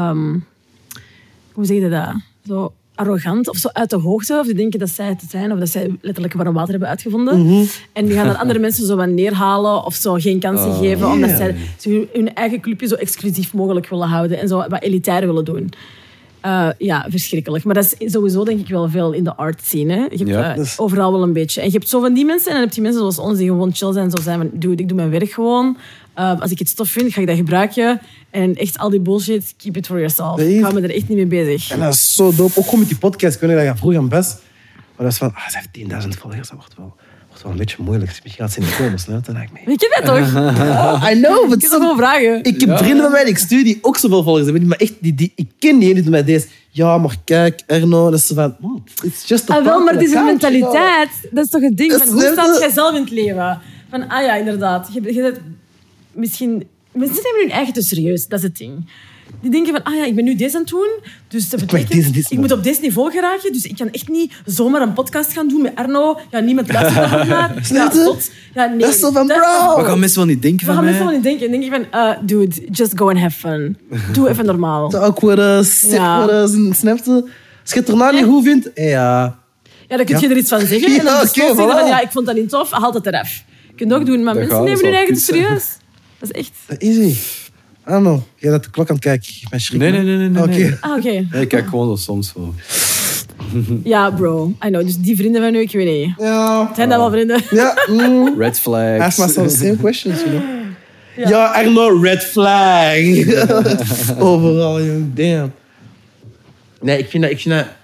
hoe zeg je dat? Zo arrogant of zo uit de hoogte. Of die denken dat zij het zijn. Of dat zij letterlijk warm water hebben uitgevonden. En die gaan dan andere mensen zo wat neerhalen. Of zo geen kansen geven. Omdat zij hun eigen clubje zo exclusief mogelijk willen houden. En zo wat elitair willen doen. Ja, verschrikkelijk. Maar dat is sowieso denk ik wel veel in de art scene. Hè. Je hebt overal wel een beetje. En je hebt zo van die mensen. En dan heb je mensen zoals ons die gewoon chill zijn. Zo zijn van, dude, ik doe mijn werk gewoon. Als ik het tof vind, ga ik dat gebruiken. En echt al die bullshit, keep it for yourself. Ik hou me er echt niet mee bezig. En dat is zo dope. Ook gewoon met die podcast. Ik weet niet dat je vroeg aan best. Maar dat is van, ze heeft 10.000 volgers. Dat wordt Dat is wel een beetje moeilijk. Misschien gaat ze niet komen, snel. Dan lijkt me. Je kent dat toch? I know, but Ik kan gewoon vragen. ik heb vrienden van mij die ik stuur die ook zoveel volgers hebben. Maar echt, ik ken die niet met deze. Ja, maar kijk, Erno, dat is zo van... it's just a Wel, maar het is een couch, mentaliteit. Dat is toch het ding. Dat Van, is hoe net staat de- jij zelf in het leven? Van, ja, inderdaad. Je bent misschien... Mensen nemen hun eigen te serieus. Dat is het ding. Die denken van, ik ben nu deze aan het doen. Dus dat betekent, deze ik moet op deze niveau geraken. Dus ik kan echt niet zomaar een podcast gaan doen met Arno. Ja, niemand luistert naar naar. Ja, zot. Ja, nee. Dat is zo van, bro. Wat gaan mensen wel niet denken We van gaan mij? mensen wel niet denken. Dan denk je van, dude, just go and have fun. Doe even normaal. Talk with us, sit Ja. with us. Snap je? Als je het erna niet goed vindt, ja. Ja, dan kun je er iets van zeggen. En dan Ja, dus oké, zeggen van, voilà. ja, ik vond dat niet tof, haal dat eraf. Je kunt ook doen, maar Dat mensen gaat nemen zo. hun eigen te Kut zijn. serieus. Dat is echt... Easy. I don't know. Jij dat de klok aan het kijken. Ik ben schrik. Nee. Oké. Oké. Ja, ik kijk gewoon zo soms wel. Ja, bro. I know. Dus die vrienden van u, ik weet niet. Ja. Zijn dat wel vrienden? Ja. Red flags. Ask myself the same questions, you know. Ja, Arno, red flag. Overal, jong. Damn. Nee, ik vind dat...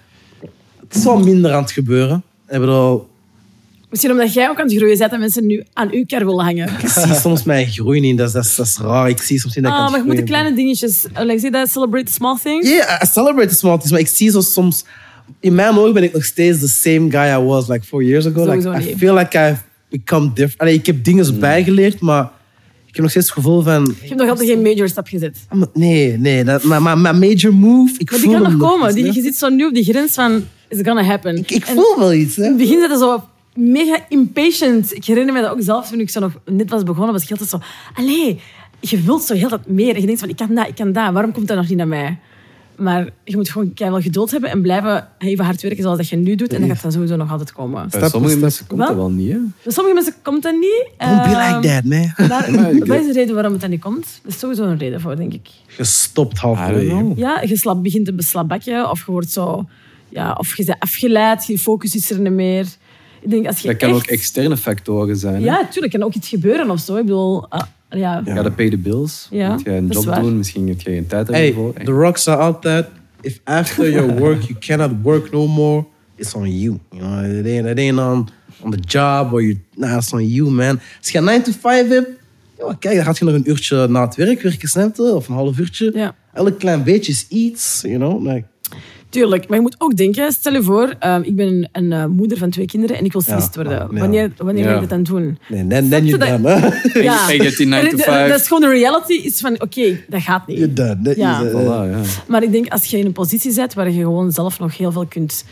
Het is wel minder aan het gebeuren. Ik bedoel, Misschien omdat jij ook aan het groeien bent en mensen nu aan uw kar willen hangen. ik zie soms mijn groei niet. Dat is raar. Ik zie soms niet dat ik aan het Maar je moet de groeien kleine dingetjes... Like, zeg dat? Celebrate the small things? ben. Yeah, I celebrate the small things. Maar ik zie zo soms... In mijn ogen ben ik nog steeds the same guy I was like 4 years ago. Like, Sowieso I niet. feel like I've become different. Allee, ik heb dingen bijgeleerd, maar ik heb nog steeds het gevoel van... Je hebt nog altijd geen major stap gezet. Nee. Mijn major move, ik Maar die voel kan hem nog komen. niet, Je hè. zit zo nu op die grens van... It's gonna happen. Ik En voel wel iets, hè. in het begin zat je zo mega impatient. Ik herinner me dat ook zelf toen ik zo nog net was begonnen. Was ik altijd zo... Allee, je wilt zo heel dat meer. En je denkt van, ik kan dat. Waarom komt dat nog niet naar mij? Maar je moet gewoon wel geduld hebben en blijven even hard werken zoals dat je nu doet. En dat gaat dan sowieso nog altijd komen. Bij sommige mensen komt Wat? dat wel niet, hè? Bij sommige mensen komt dat niet. Don't be like that, man. Maar wat is de reden waarom het dan niet komt? Er is sowieso een reden voor, denk ik. Gestopt I don't halfwege. know. Ja, je begint te beslabbakken of je wordt zo... Ja, of je bent afgeleid, je focus is er niet meer. Ik denk, als je Dat kan echt... ook externe factoren zijn. hè? Ja, tuurlijk. Kan ook iets gebeuren of zo. Ik bedoel... ja. Je gaat pay the bills. Ja, Moet jij een dat is job waar. doen, misschien heb je geen tijd Hey, ervoor. the rocks are out that if after your work you cannot work no more, it's on you. You know, it ain't on the job or you. Nah, it's on you, man. Als je 9 to 5 hebt, ja, kijk, dan gaat je nog een uurtje na het werk werken, snap je? Of een half uurtje. Ja. Elk klein beetje is iets, you know. Like, Tuurlijk. Maar je moet ook denken, stel je voor, ik ben een moeder van 2 kinderen en ik wil stylist worden. ja. Wanneer Ja. ga je dat dan doen? nee, then you're dat- done, hè? Ja. En je hebt die 9 to 5. Dat is gewoon de reality. Is van, oké, dat gaat niet. You're done. That Ja. is, Voilà, ja. Maar ik denk, als je in een positie zit waar je gewoon zelf nog heel veel kunt...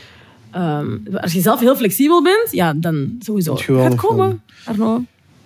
als je zelf heel flexibel bent, ja, dan sowieso. Moet je wel Gaat nog komen, Arno.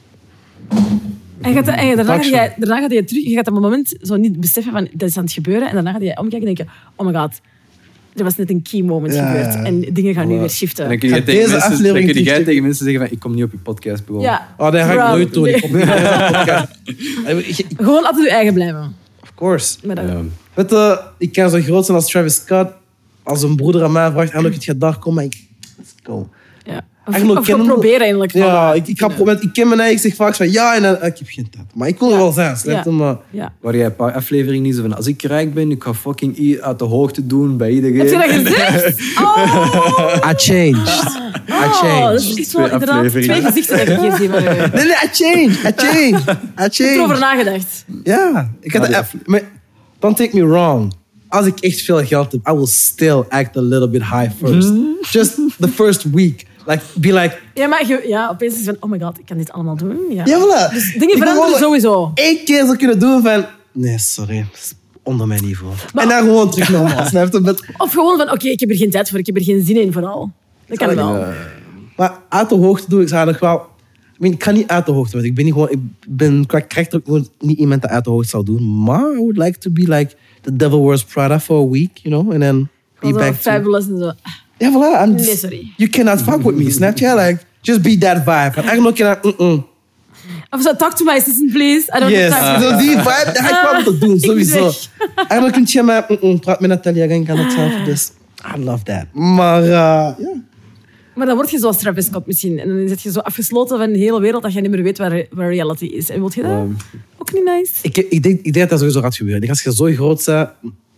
En daarna gaat je terug... Je gaat op een moment zo niet beseffen van, dat is aan het gebeuren. En daarna gaat je omkijken en denken, oh my god, er was net een key moment Ja, gebeurd. ja. En dingen gaan nu weer En shiften. dan kun je Ga tegen deze mensen, dan aflevering kun je terugchecken. tegen mensen zeggen van, ik kom niet op je podcast bro. Ja. Oh, dat ga ik Bro, nooit doen. nee. Ik kom niet naar deze podcast. Gewoon altijd je eigen blijven. Of course. Maar dat, Ja. Weet je, ik kan zo groot zijn als Travis Scott. Als een broeder aan mij vraagt, en kun je daar komen? Let's go. ja. Eigenlijk Of kennen- proberen eigenlijk. Ja, ik ken mijn eigen, ik zeg vaak van ja en dan, ik heb geen tijd. Maar ik wil er wel zijn, snap je? Ja. Maar Ja. Waar jij een paar afleveringen niet zo van, als ik rijk ben, ik ga fucking uit de hoogte doen bij iedereen. Heb je dat gezegd? Oh, I changed. I dat changed. is echt wel 2 inderdaad 2 afleveringen. gezichten dat ik hier zie van u. Ik Nee, I changed. heb erover nagedacht. Ja, ik had maar don't take me wrong. Als ik echt veel geld heb, I will still act a little bit high first. Just the first week. Like, be like, Ja, maar opeens is het van, oh my god, ik kan dit allemaal doen. Ja. ja, voilà. Dus dingen Ik wil veranderen gewoon sowieso. 1 keer zou kunnen doen van, nee, sorry, dat is onder mijn niveau. Maar- En dan gewoon terug normaal, snap je? Met- Of gewoon van, oké, ik heb er geen tijd voor, ik heb er geen zin in vooral. Dat kan wel. Maar uit de hoogte doe ik zou nog wel... ik kan niet uit de hoogte, want ik ben qua karakter ook gewoon niet iemand die uit de hoogte zou doen. Maar I would like to be like the Devil Wears Prada for a week, you know, and then be Gewoon zo back to... fabulous en zo. Ja, voilà. I'm Nee, sorry. You cannot fuck with me, snap je? Like, just be that vibe. En eigenlijk cannot... Of zo, talk to my assistant, please. I don't Yes, have time. zo die vibe, dat ga ik wel moeten doen, Ik ben sowieso. weg. Eigenlijk kun je met... praat met Natalia, ik kan hetzelfde, dus... I love that. Maar, ja... Maar dan word je zoals Travis Scott misschien. En dan zit je zo afgesloten van de hele wereld dat je niet meer weet waar reality is. En wil je dat? Ook niet nice. Ik denk dat dat sowieso gaat gebeuren. Ik denk, als je zo groot bent,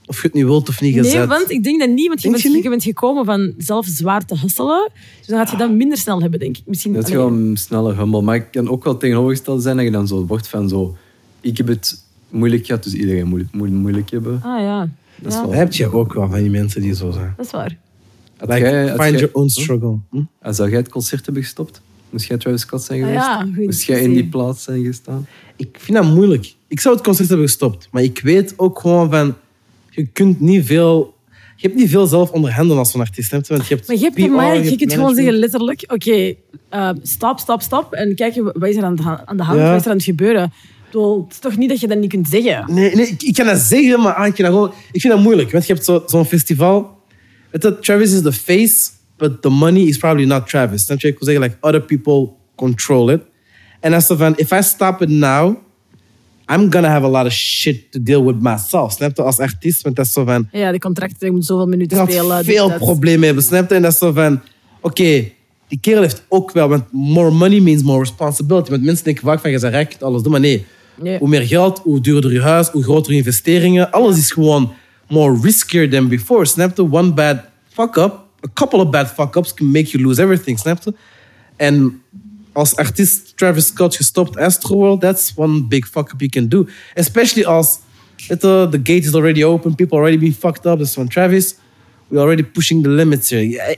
Of je het nu wilt of niet gezet. Nee, want ik denk dat niet. Want Denk je niet? je bent gekomen van zelf zwaar te hustelen. Dus dan gaat je dat minder snel hebben, denk ik. Misschien, Dat is gewoon sneller humble. Maar ik kan ook wel tegenovergesteld zijn dat je dan zo wordt van zo... Ik heb het moeilijk gehad, dus iedereen moet het moeilijk hebben. Ah ja. Dat is Ja, wel... Dat heb je ook wel van die mensen die zo zijn. dat is waar. Had Like, jij- had find jij- your own struggle. Zou jij het concert hebben gestopt? Moest jij Travis Scott zijn geweest? ja, goeie Moest jij in discussie. die plaats zijn gestaan? Ik vind dat moeilijk. Ik zou het concert hebben gestopt. Maar ik weet ook gewoon van... Je kunt niet veel... Je hebt niet veel zelf onder handen als een artiest. Hè? Want je hebt Maar je hebt PR, een markt, je hebt kunt gewoon management. zeggen letterlijk, oké, stop. En kijken, wat is er aan de hand, Ja. wat is er aan het gebeuren? Ik bedoel, het is toch niet dat je dat niet kunt zeggen? Nee, ik kan dat zeggen, maar ik vind dat moeilijk. Want je hebt zo'n festival... Weet je, Travis is the face, but the money is probably not Travis. Snap je? Ik wil zeggen, like, other people control it. En dat is zo van, if I stop it now, I'm gonna have a lot of shit to deal with myself. Snap je? Als artiest, want dat is zo van... Ja, die contracten, je moet zoveel minuten Je spelen. gaat dit, veel dat. problemen hebben, snap je? En dat is zo van... Oké, die kerel heeft ook wel... Want more money means more responsibility. Want mensen denken vaak van, je bent rijk, je kunt alles doen. Maar nee, Nee. hoe meer geld, hoe duurder je huis, hoe groter je investeringen. Alles is gewoon more riskier than before, snap je? One bad fuck-up, a couple of bad fuck-ups can make you lose everything, snap je? En als artiest Travis Scott gestopt Astroworld, that's one big fuck-up you can do. Especially als... The gate is already open, people already been fucked up. Dus van Travis, we're already pushing the limits here. Ja,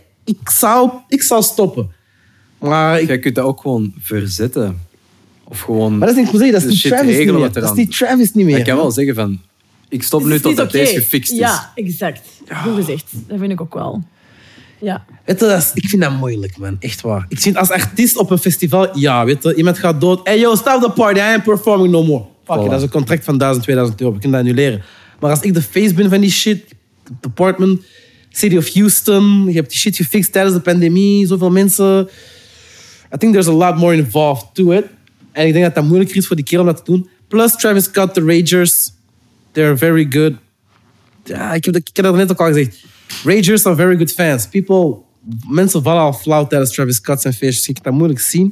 ik zou stoppen. Maar, Jij kunt dat ook gewoon verzetten. Of gewoon... maar dat is niet zeggen, dat is de niet shit Travis niet regelen meer. wat er Dat is dan- niet Travis niet meer. Ik kan wel zeggen van... Ik stop nu Het is niet totdat oké. deze gefixt is. Ja, exact. Goed gezegd. Dat vind ik ook wel. Ja. Weet je, ik vind dat moeilijk, man. Echt waar. Ik vind als artiest op een festival, ja, weet je, iemand gaat dood. Hey, yo, stop the party, I ain't performing no more. Fuck it, Voilà. dat is een contract van 1000, 2000 euro. We kunnen dat annuleren. Maar als ik de face ben van die shit, department, City of Houston, je hebt die shit gefixt tijdens de pandemie, zoveel mensen. I think there's a lot more involved to it. En ik denk dat dat moeilijker is voor die kerel om dat te doen. Plus Travis Scott, the Ragers, they're very good. Ja, ik heb dat net ook al gezegd. Ragers are very good fans. Mensen vallen al flauw tijdens Travis Scott zijn feestjes. Ik kan dat moeilijk zien.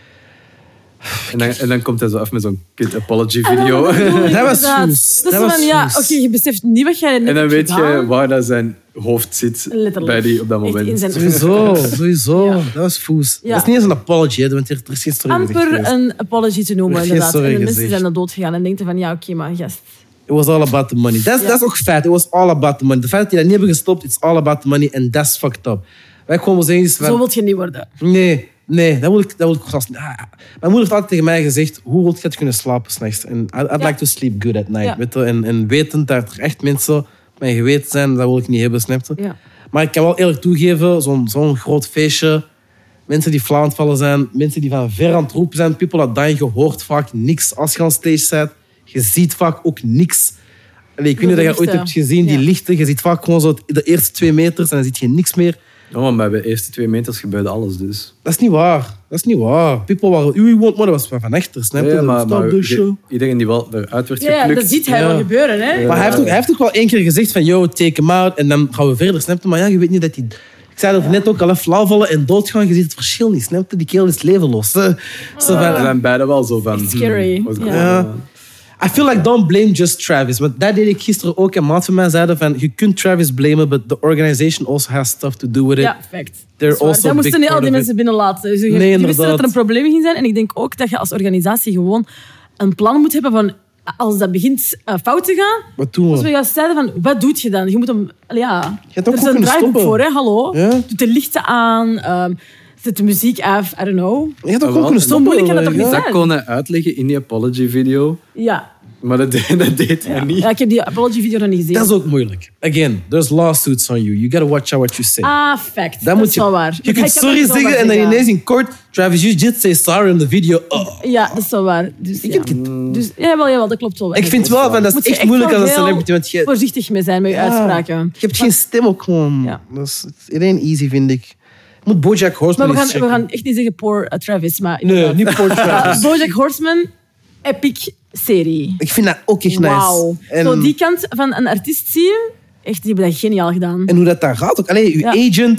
En dan komt hij zo af met zo'n kid apology video. Dat was Inderdaad. foes. Dat is Dat zo was van, ja, foes. oké, je beseft niet wat jij net En dan hebt weet je gedaan. waar dat zijn hoofd zit Letterlijk. bij die op dat Echt moment. in zijn Sowieso. Ja. Dat was foes. Ja. Dat is niet eens een apology, hè, want er is geen story gezegd amper geweest. een apology te noemen, Er is geen inderdaad. sorry En de mensen gezegd. zijn er dood gegaan en denken van, ja, oké, maar gast. It was all about the money. Dat is ook feit. It was all about the money. De feit dat die dat niet hebben gestopt, it's all about the money. And that's fucked up. Wij gewoon zeggen is van... Zo wil je niet worden. Nee, dat wil ik zelfs niet. Mijn moeder heeft altijd tegen mij gezegd, hoe wil je het kunnen slapen s'nachts? En I'd like to sleep good at night. Ja. Weet je? En wetend dat er echt mensen mijn geweten zijn, dat wil ik niet hebben, snap je? Ja. Maar ik kan wel eerlijk toegeven, zo'n groot feestje, mensen die flauw aan het vallen zijn, mensen die van ver aan het roepen zijn, people that dying, je hoort vaak niks als je aan stage bent. Je ziet vaak ook niks. Allee, ik weet niet of je lichten. ooit hebt gezien, die Ja. lichten. Je ziet vaak gewoon zo de eerste 2 meters en dan zie je niks meer. Ja, maar bij de eerste 2 meters gebeurde alles dus. Dat is niet waar. Dat is niet waar. People waren... You want more, dat was van achter, snap je? Ja, maar Stop the show. iedereen die wel eruit werd Ja, geplukt... dat ziet hij Ja. wel gebeuren, hè. Maar hij heeft ook wel 1 keer gezegd van, yo, take him out. En dan gaan we verder, snap je? Maar ja, je weet niet dat hij... Ik zei dat net ook al, flauw vallen en doodgaan. Je ziet het verschil niet, snap je? Die kerel is levenloos. Zo Ze van, zijn beide wel zo van... scary. what's Ja. going Ja. on? I feel like don't blame just Travis. Want dat deed ik gisteren ook. En maat van mij zeiden van, je kunt Travis blamen, but the organization also has stuff to do with it. Ja, fact. They're Dat is waar. also Zij a moesten big niet al part die of mensen it. binnenlaten. Dus je Nee, wist inderdaad. dat er een probleem ging zijn. En ik denk ook dat je als organisatie gewoon een plan moet hebben van... Als dat begint fout te gaan... Wat doen Als we we? juist zeiden van, wat doet je dan? Je moet hem... Ja, hebt ook er is goed een kunnen draaiboek stoppen. voor, hè? Hallo. Ja. Doe de lichten aan. Zet de muziek af. I don't know. Je had ook wel, gewoon kunnen zo stoppen. moeilijk kan dat toch niet ja. zijn? Dat kon hij uitleggen in die apology video. Ja. Maar dat deed hij niet. Ja, ik heb die apology video nog niet gezien. Dat is ook moeilijk. Again, there's lawsuits on you. You gotta watch out what you say. Ah, fact. Dat Dat is wel waar. Je kunt Ik heb sorry er wel zeggen wat en dan zeggen. ineens in kort, Travis, you did say sorry in the video. Oh. Ja, dat is wel waar. Dus, ja. Dus jawel, dat klopt wel. Ik vind wel, van, dat Moet is je echt moeilijk wel als een heel celebrity. Want je voorzichtig mee zijn met je uitspraken. hebt geen stem ook gewoon. Ja. Dat is it ain't easy, vind ik. Je moet BoJack Horseman Maar eens we checken. gaan echt niet zeggen poor Travis, maar... Nee, niet voor Travis. BoJack Horseman, epic serie. Ik vind dat ook echt nice. Wauw. En, Zo die kant van een artiest zien, echt, die hebben dat geniaal gedaan. en hoe dat dan gaat ook. Allee, uw Ja. agent,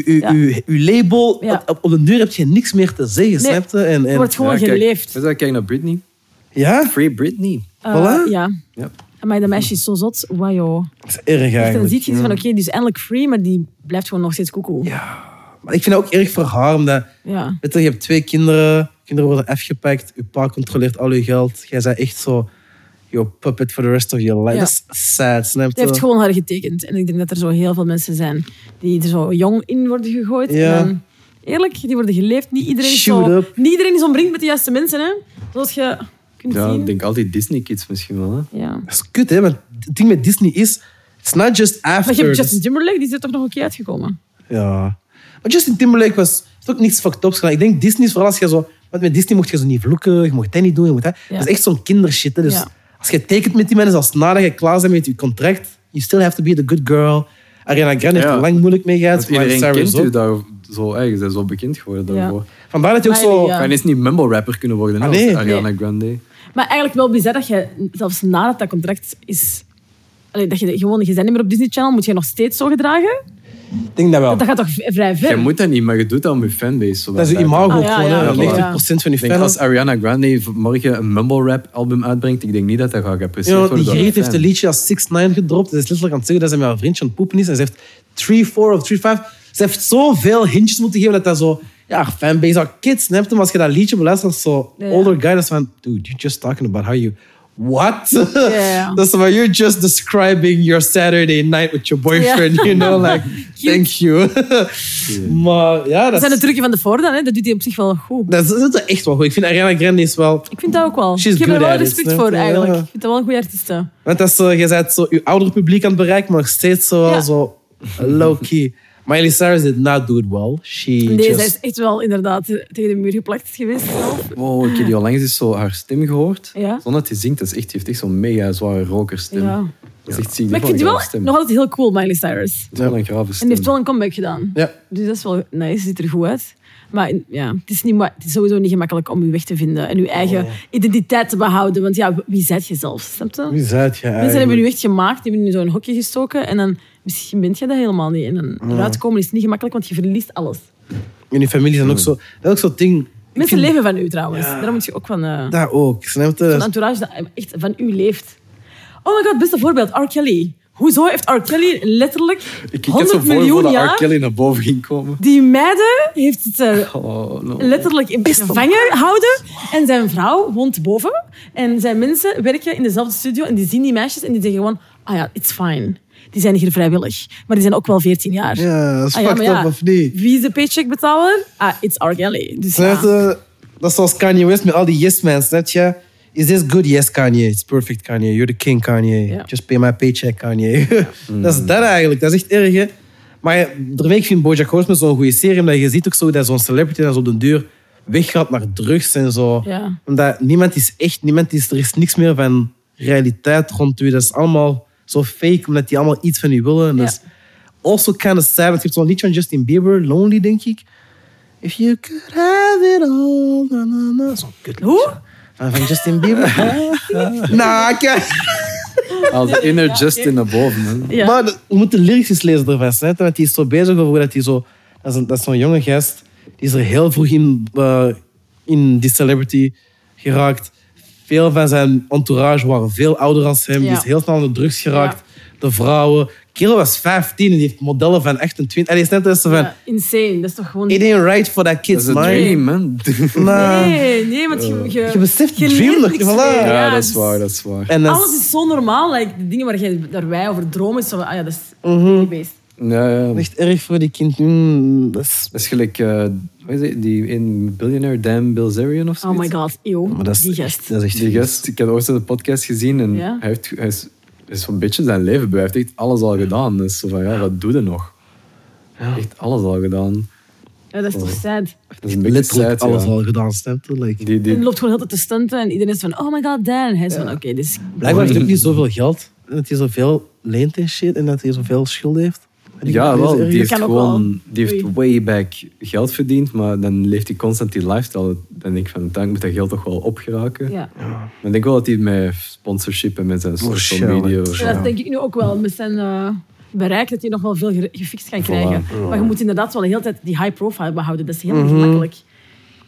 uw label. Ja. Op de deur heb je niks meer te zeggen, Nee. snap je? En, Je wordt gewoon Ja, kijk, geleefd. kijk naar Britney. ja? Free Britney. Voilà. Ja. Ja. Maar dat meisje is zo zot. Wauw, joh. Dat is erg eigenlijk. Dan zie je van, oké, die is eindelijk free, maar die blijft gewoon nog steeds koekoe. Ja. Maar ik vind het ook erg voor haar, omdat... Ja. Weet je hebt 2 kinderen. Kinderen worden afgepakt. Je pa controleert al je geld. Jij bent echt zo... Your puppet for the rest of your life. Ja. Dat is sad, snap je? Die heeft gewoon haar getekend. En ik denk dat er zo heel veel mensen zijn die er zo jong in worden gegooid. Ja. En dan, eerlijk, die worden geleefd. Niet iedereen is omringd met de juiste mensen. Hè? Zoals je kunt Ja, zien. ik denk altijd Disney-kids misschien wel. Hè? Ja. Dat is kut, hè. Maar het ding met Disney is... It's not just after... Maar je hebt Justin Timberlake, die is er toch nog een keer uitgekomen. Ja. Maar Justin Timberlake is ook niks fucked ups gedaan. Ik denk Disney is vooral als je zo... Want met Disney mocht je zo niet vloeken, je mocht dat niet doen. Je moet dat. Ja. Dat is echt zo'n kindershit. Hè. Dus Ja. als je tekent met die mensen, zelfs nadat je klaar bent met je contract, you still have to be the good girl. Ariana Grande heeft er lang moeilijk mee gehad. Want iedereen Miley Cyrus kent u ook. daar zo erg. Ze zijn zo bekend geworden Ja. daarvoor. Vandaar dat je ook zo... Ja. Kan eens niet mumble rapper kunnen worden, hè, Ah, nee. als Ariana Grande. Maar eigenlijk wel bizar dat je, zelfs nadat dat contract is... Allee, dat je gewoon, je bent niet meer op Disney Channel, moet je nog steeds zo gedragen? Ik denk dat wel. Dat gaat toch vrij ver? Je moet dat niet, maar je doet dat om je fanbase. Zo Dat is je bij te imago Ah, ook ja, gewoon. ja, hè. ja, 90% van je Ik denk fans. als Ariana Grande morgen een mumble rap album uitbrengt, ik denk niet dat dat gaat geapprecieerd Ja, worden. die door Greet de heeft een fan. liedje als 6ix9ine gedropt. Ze is letterlijk aan het zeggen dat ze met haar vriendje aan het poepen is. En ze heeft 3-4 of 3-5. Ze heeft zoveel hintjes moeten geven dat zo... Ja, haar fanbase, haar kids, snap je? Maar als je dat liedje beluistert als zo Ja. older guy, dat is van... Dude, you're just talking about how you... What? Ja. Dat is van, you're just describing your Saturday night with your boyfriend, Ja. you know? Like, thank you. Maar ja, Dat dat zijn de is... trucken van de Ford dan, hè? Dat doet hij op zich wel goed. Dat is echt wel goed. Ik vind Ariana Grande is wel... Ik vind dat ook wel. She's Ik heb er good wel at it, respect snap voor, je? eigenlijk. Ja. Ik vind dat wel een goede artiest. Want dat is zo, je bent zo je oudere publiek aan het bereiken, maar nog steeds zo, Ja. zo low-key. Miley Cyrus did not do it well. She Nee, just... zij is echt wel inderdaad tegen de muur geplakt geweest. zelf. Wow, ik heb die al langs eens zo haar stem gehoord. Ja. Zonder dat hij zingt, dat is echt, die heeft echt zo'n mega zware rokerstem. Ja. Dat is echt ziek. Maar ik vind die wel nog altijd heel cool, Miley Cyrus. Het is wel een grave En stem. die heeft wel een comeback gedaan. Ja. Dus dat is wel nice, ziet er goed uit. Maar ja, het is sowieso niet gemakkelijk om je weg te vinden en je eigen identiteit te behouden. Want ja, wie zijt je zelf? Snap je? Wie zei het je Mensen hebben je echt gemaakt, die hebben je in zo'n hokje gestoken en dan misschien bent je dat helemaal niet. En dan eruit komen is niet gemakkelijk, want je verliest alles. In je familie zijn ook zo... Dat is ook zo'n ding... Mensen leven van u trouwens. Daar moet je ook van... Dat ook, snap je? Een Dat is- entourage dat echt van u leeft. Oh my god, beste voorbeeld, R. Kelly. Hoezo heeft R. Kelly letterlijk Ik heb 100 zo voor miljoen dat R. jaar... Kelly naar boven ging komen. Die meiden heeft het Oh, no. letterlijk in gevangen houden. En zijn vrouw woont boven. En zijn mensen werken in dezelfde studio. En die zien die meisjes en die zeggen gewoon... Ah ja, it's fine. Die zijn hier vrijwillig. Maar die zijn ook wel 14 jaar. Ja, dat is Ah ja, fucked maar up, ja, of niet? Wie is de paycheckbetaler? Ah, it's R. Kelly. Dus Snap ja. je? Dat is zoals Kanye West met al die yes-man, snap je? Is this good? Yes, Kanye. It's perfect, Kanye. You're the king, Kanye. Ja. Just pay my paycheck, Kanye. Dat is dat eigenlijk. Dat is echt erg, hè? Maar daarmee, ik vind BoJack Horseman zo'n goede serie, omdat je ziet ook zo dat zo'n celebrity dat zo op de deur weggaat naar drugs en zo. Ja. Omdat niemand is echt, er is niks meer van realiteit rond u. Dat is allemaal zo fake, omdat die allemaal iets van u willen. En dat is also kind of sad. Want je hebt zo'n liedje van Justin Bieber, Lonely, denk ik. If you could have it all, na, na, na. Zo'n kut liedje. Hoe? Van Justin Bieber. Nou, kijk. Als inner Justin naar boven. Man. Ja. Maar je moet de lyrics eens lezen ervan. Hè? Want die is zo bezig over dat hij zo... Dat is zo'n jonge gast. Die is er heel vroeg in die celebrity geraakt. Veel van zijn entourage waren veel ouder dan hem. Ja. Die is heel snel aan de drugs geraakt. Ja. De vrouwen. Kerel was 15 en die heeft modellen van 28. En die is net als van... Ja, insane. Dat is toch gewoon... It ain't right for that Dat kid's is een mind. dream, man. Nah. Nee, want je beseft de je dream leert nog, niks voilà. meer. Ja, dat is dus waar, dat is waar. En dat Alles is zo normaal. Like, de dingen waar wij over dromen, is zo van, ah ja, dat is based. Ja, ja. echt erg voor die kind. Dat is... Dat is gelijk, wat is het, die in Billionaire, Dan Bilzerian of zo. Oh my god, eeuw. Maar dat is Die echt- gast. dat is echt Die gast, ik heb ooit een podcast gezien en Ja? hij is zo'n beetje zijn leven bij. Hij heeft echt alles al gedaan. Dus zo van, ja, wat doe je nog? Echt alles al gedaan. Ja, dat is toch sad. Dat is een beetje letterlijk sad, alles ja. al gedaan, snap je? Like, En hij loopt gewoon heel tijd te stunten en iedereen is van, oh my god, Dan. Hij is van, oké, dit is... blijkbaar heeft hij ook niet zoveel geld. En dat hij zoveel leent en shit. En dat hij zoveel schulden heeft. Heb ik Ja, gelezen wel. ergens? Die heeft kan ook gewoon die heeft Oei. way back geld verdiend, maar dan leeft hij constant die lifestyle. Dan denk ik van, uiteindelijk moet dat geld toch wel opgeraken. Ja. Maar ik denk wel dat hij met sponsorship en met zijn social media... Waarschijnlijk. Ja, dat denk ik nu ook wel. Met zijn bereik dat hij nog wel veel gefixt kan krijgen. Maar je moet inderdaad wel de hele tijd die high profile behouden. Dat is heel niet gemakkelijk.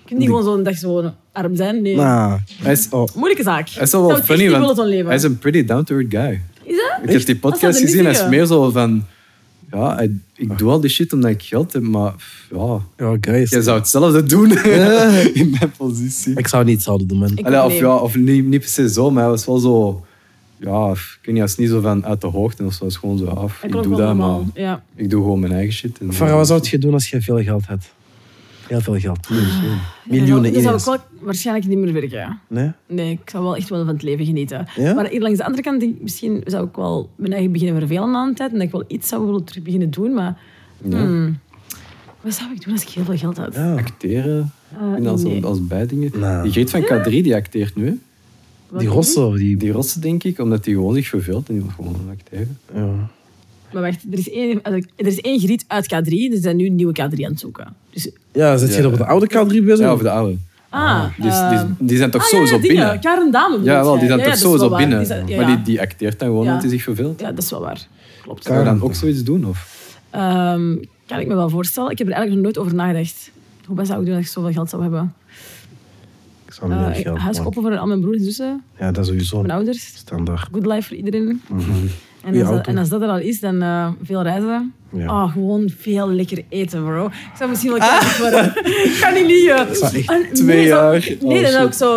kunt niet gewoon zo'n dag zo arm zijn. Nee. Nou, Hij is, Moeilijke zaak. hij is wel het funny, echt niet willen, want zo'n leven. hij is een pretty down-to-earth guy. Is dat? Ik heb die Dat podcast zou ik gezien. Hij niet is meer zo van... Ja, ik doe al die shit omdat ik geld heb, maar ja... ja, guys. Jij zou hetzelfde doen in mijn positie. Ik zou niet zouden doen, man. Ik Allee, ook of niet. ja, of niet per se zo, maar hij was wel zo... Ja, ik weet niet, hij is niet zo van uit de hoogte of zo. Hij is gewoon zo af. Ik Ik ook doe wel dat, maar normaal. Ja. ik doe gewoon mijn eigen shit. En, Farah, wat zou je doen als je veel geld had? Heel veel geld. Miljoenen Dan zou ineens. ik wel waarschijnlijk niet meer werken. Nee? Nee, ik zou wel echt wel van het leven genieten. Ja? Maar langs de andere kant denk ik, misschien zou ik wel mijn eigen beginnen vervelen aan de tijd. En dat ik wel iets zou willen terug beginnen doen. Maar wat zou ik doen als ik heel veel geld had? Ja. Acteren en nee. als bijdingen. Nou. Die Greet van K3 die acteert nu. Hè. Wat Die doe rossen, die... Die Rosse, denk ik, omdat hij gewoon zich verveelt en die wil gewoon acteren. Ja. ik? Maar wacht, er is één griet uit K3. Ze zijn nu een nieuwe K3 aan het zoeken. Dus, Ja, zit je Ja. over de oude K3 bezig? Ja, of de oude. Die zijn toch sowieso binnen? Karen Dame bedoel Ja, wel, die jij? zijn Ja, toch dat is sowieso wel waar. binnen. Ja, Maar ja. die acteert dan gewoon Ja. omdat hij zich verveelt. Ja, dat is wel waar. Klopt. Zou je dan ook zoiets doen? Of? Kan ik me wel voorstellen. Ik heb er eigenlijk nog nooit over nagedacht. Wat zou ik doen als ik zoveel geld zou hebben? Ik zou meer geld Huis maken. kopen voor al mijn broers en zussen, Ja, dat sowieso. mijn ouders. Standaard. Good life voor iedereen. Goeie auto. En als dat er al is, dan veel reizen. Ja. Oh, gewoon veel lekker eten, bro. Ik zou misschien wel kijken worden. Ik kan niet liegen. zou echt En 2 jaar. Nee, Oh, dan zou ik shit.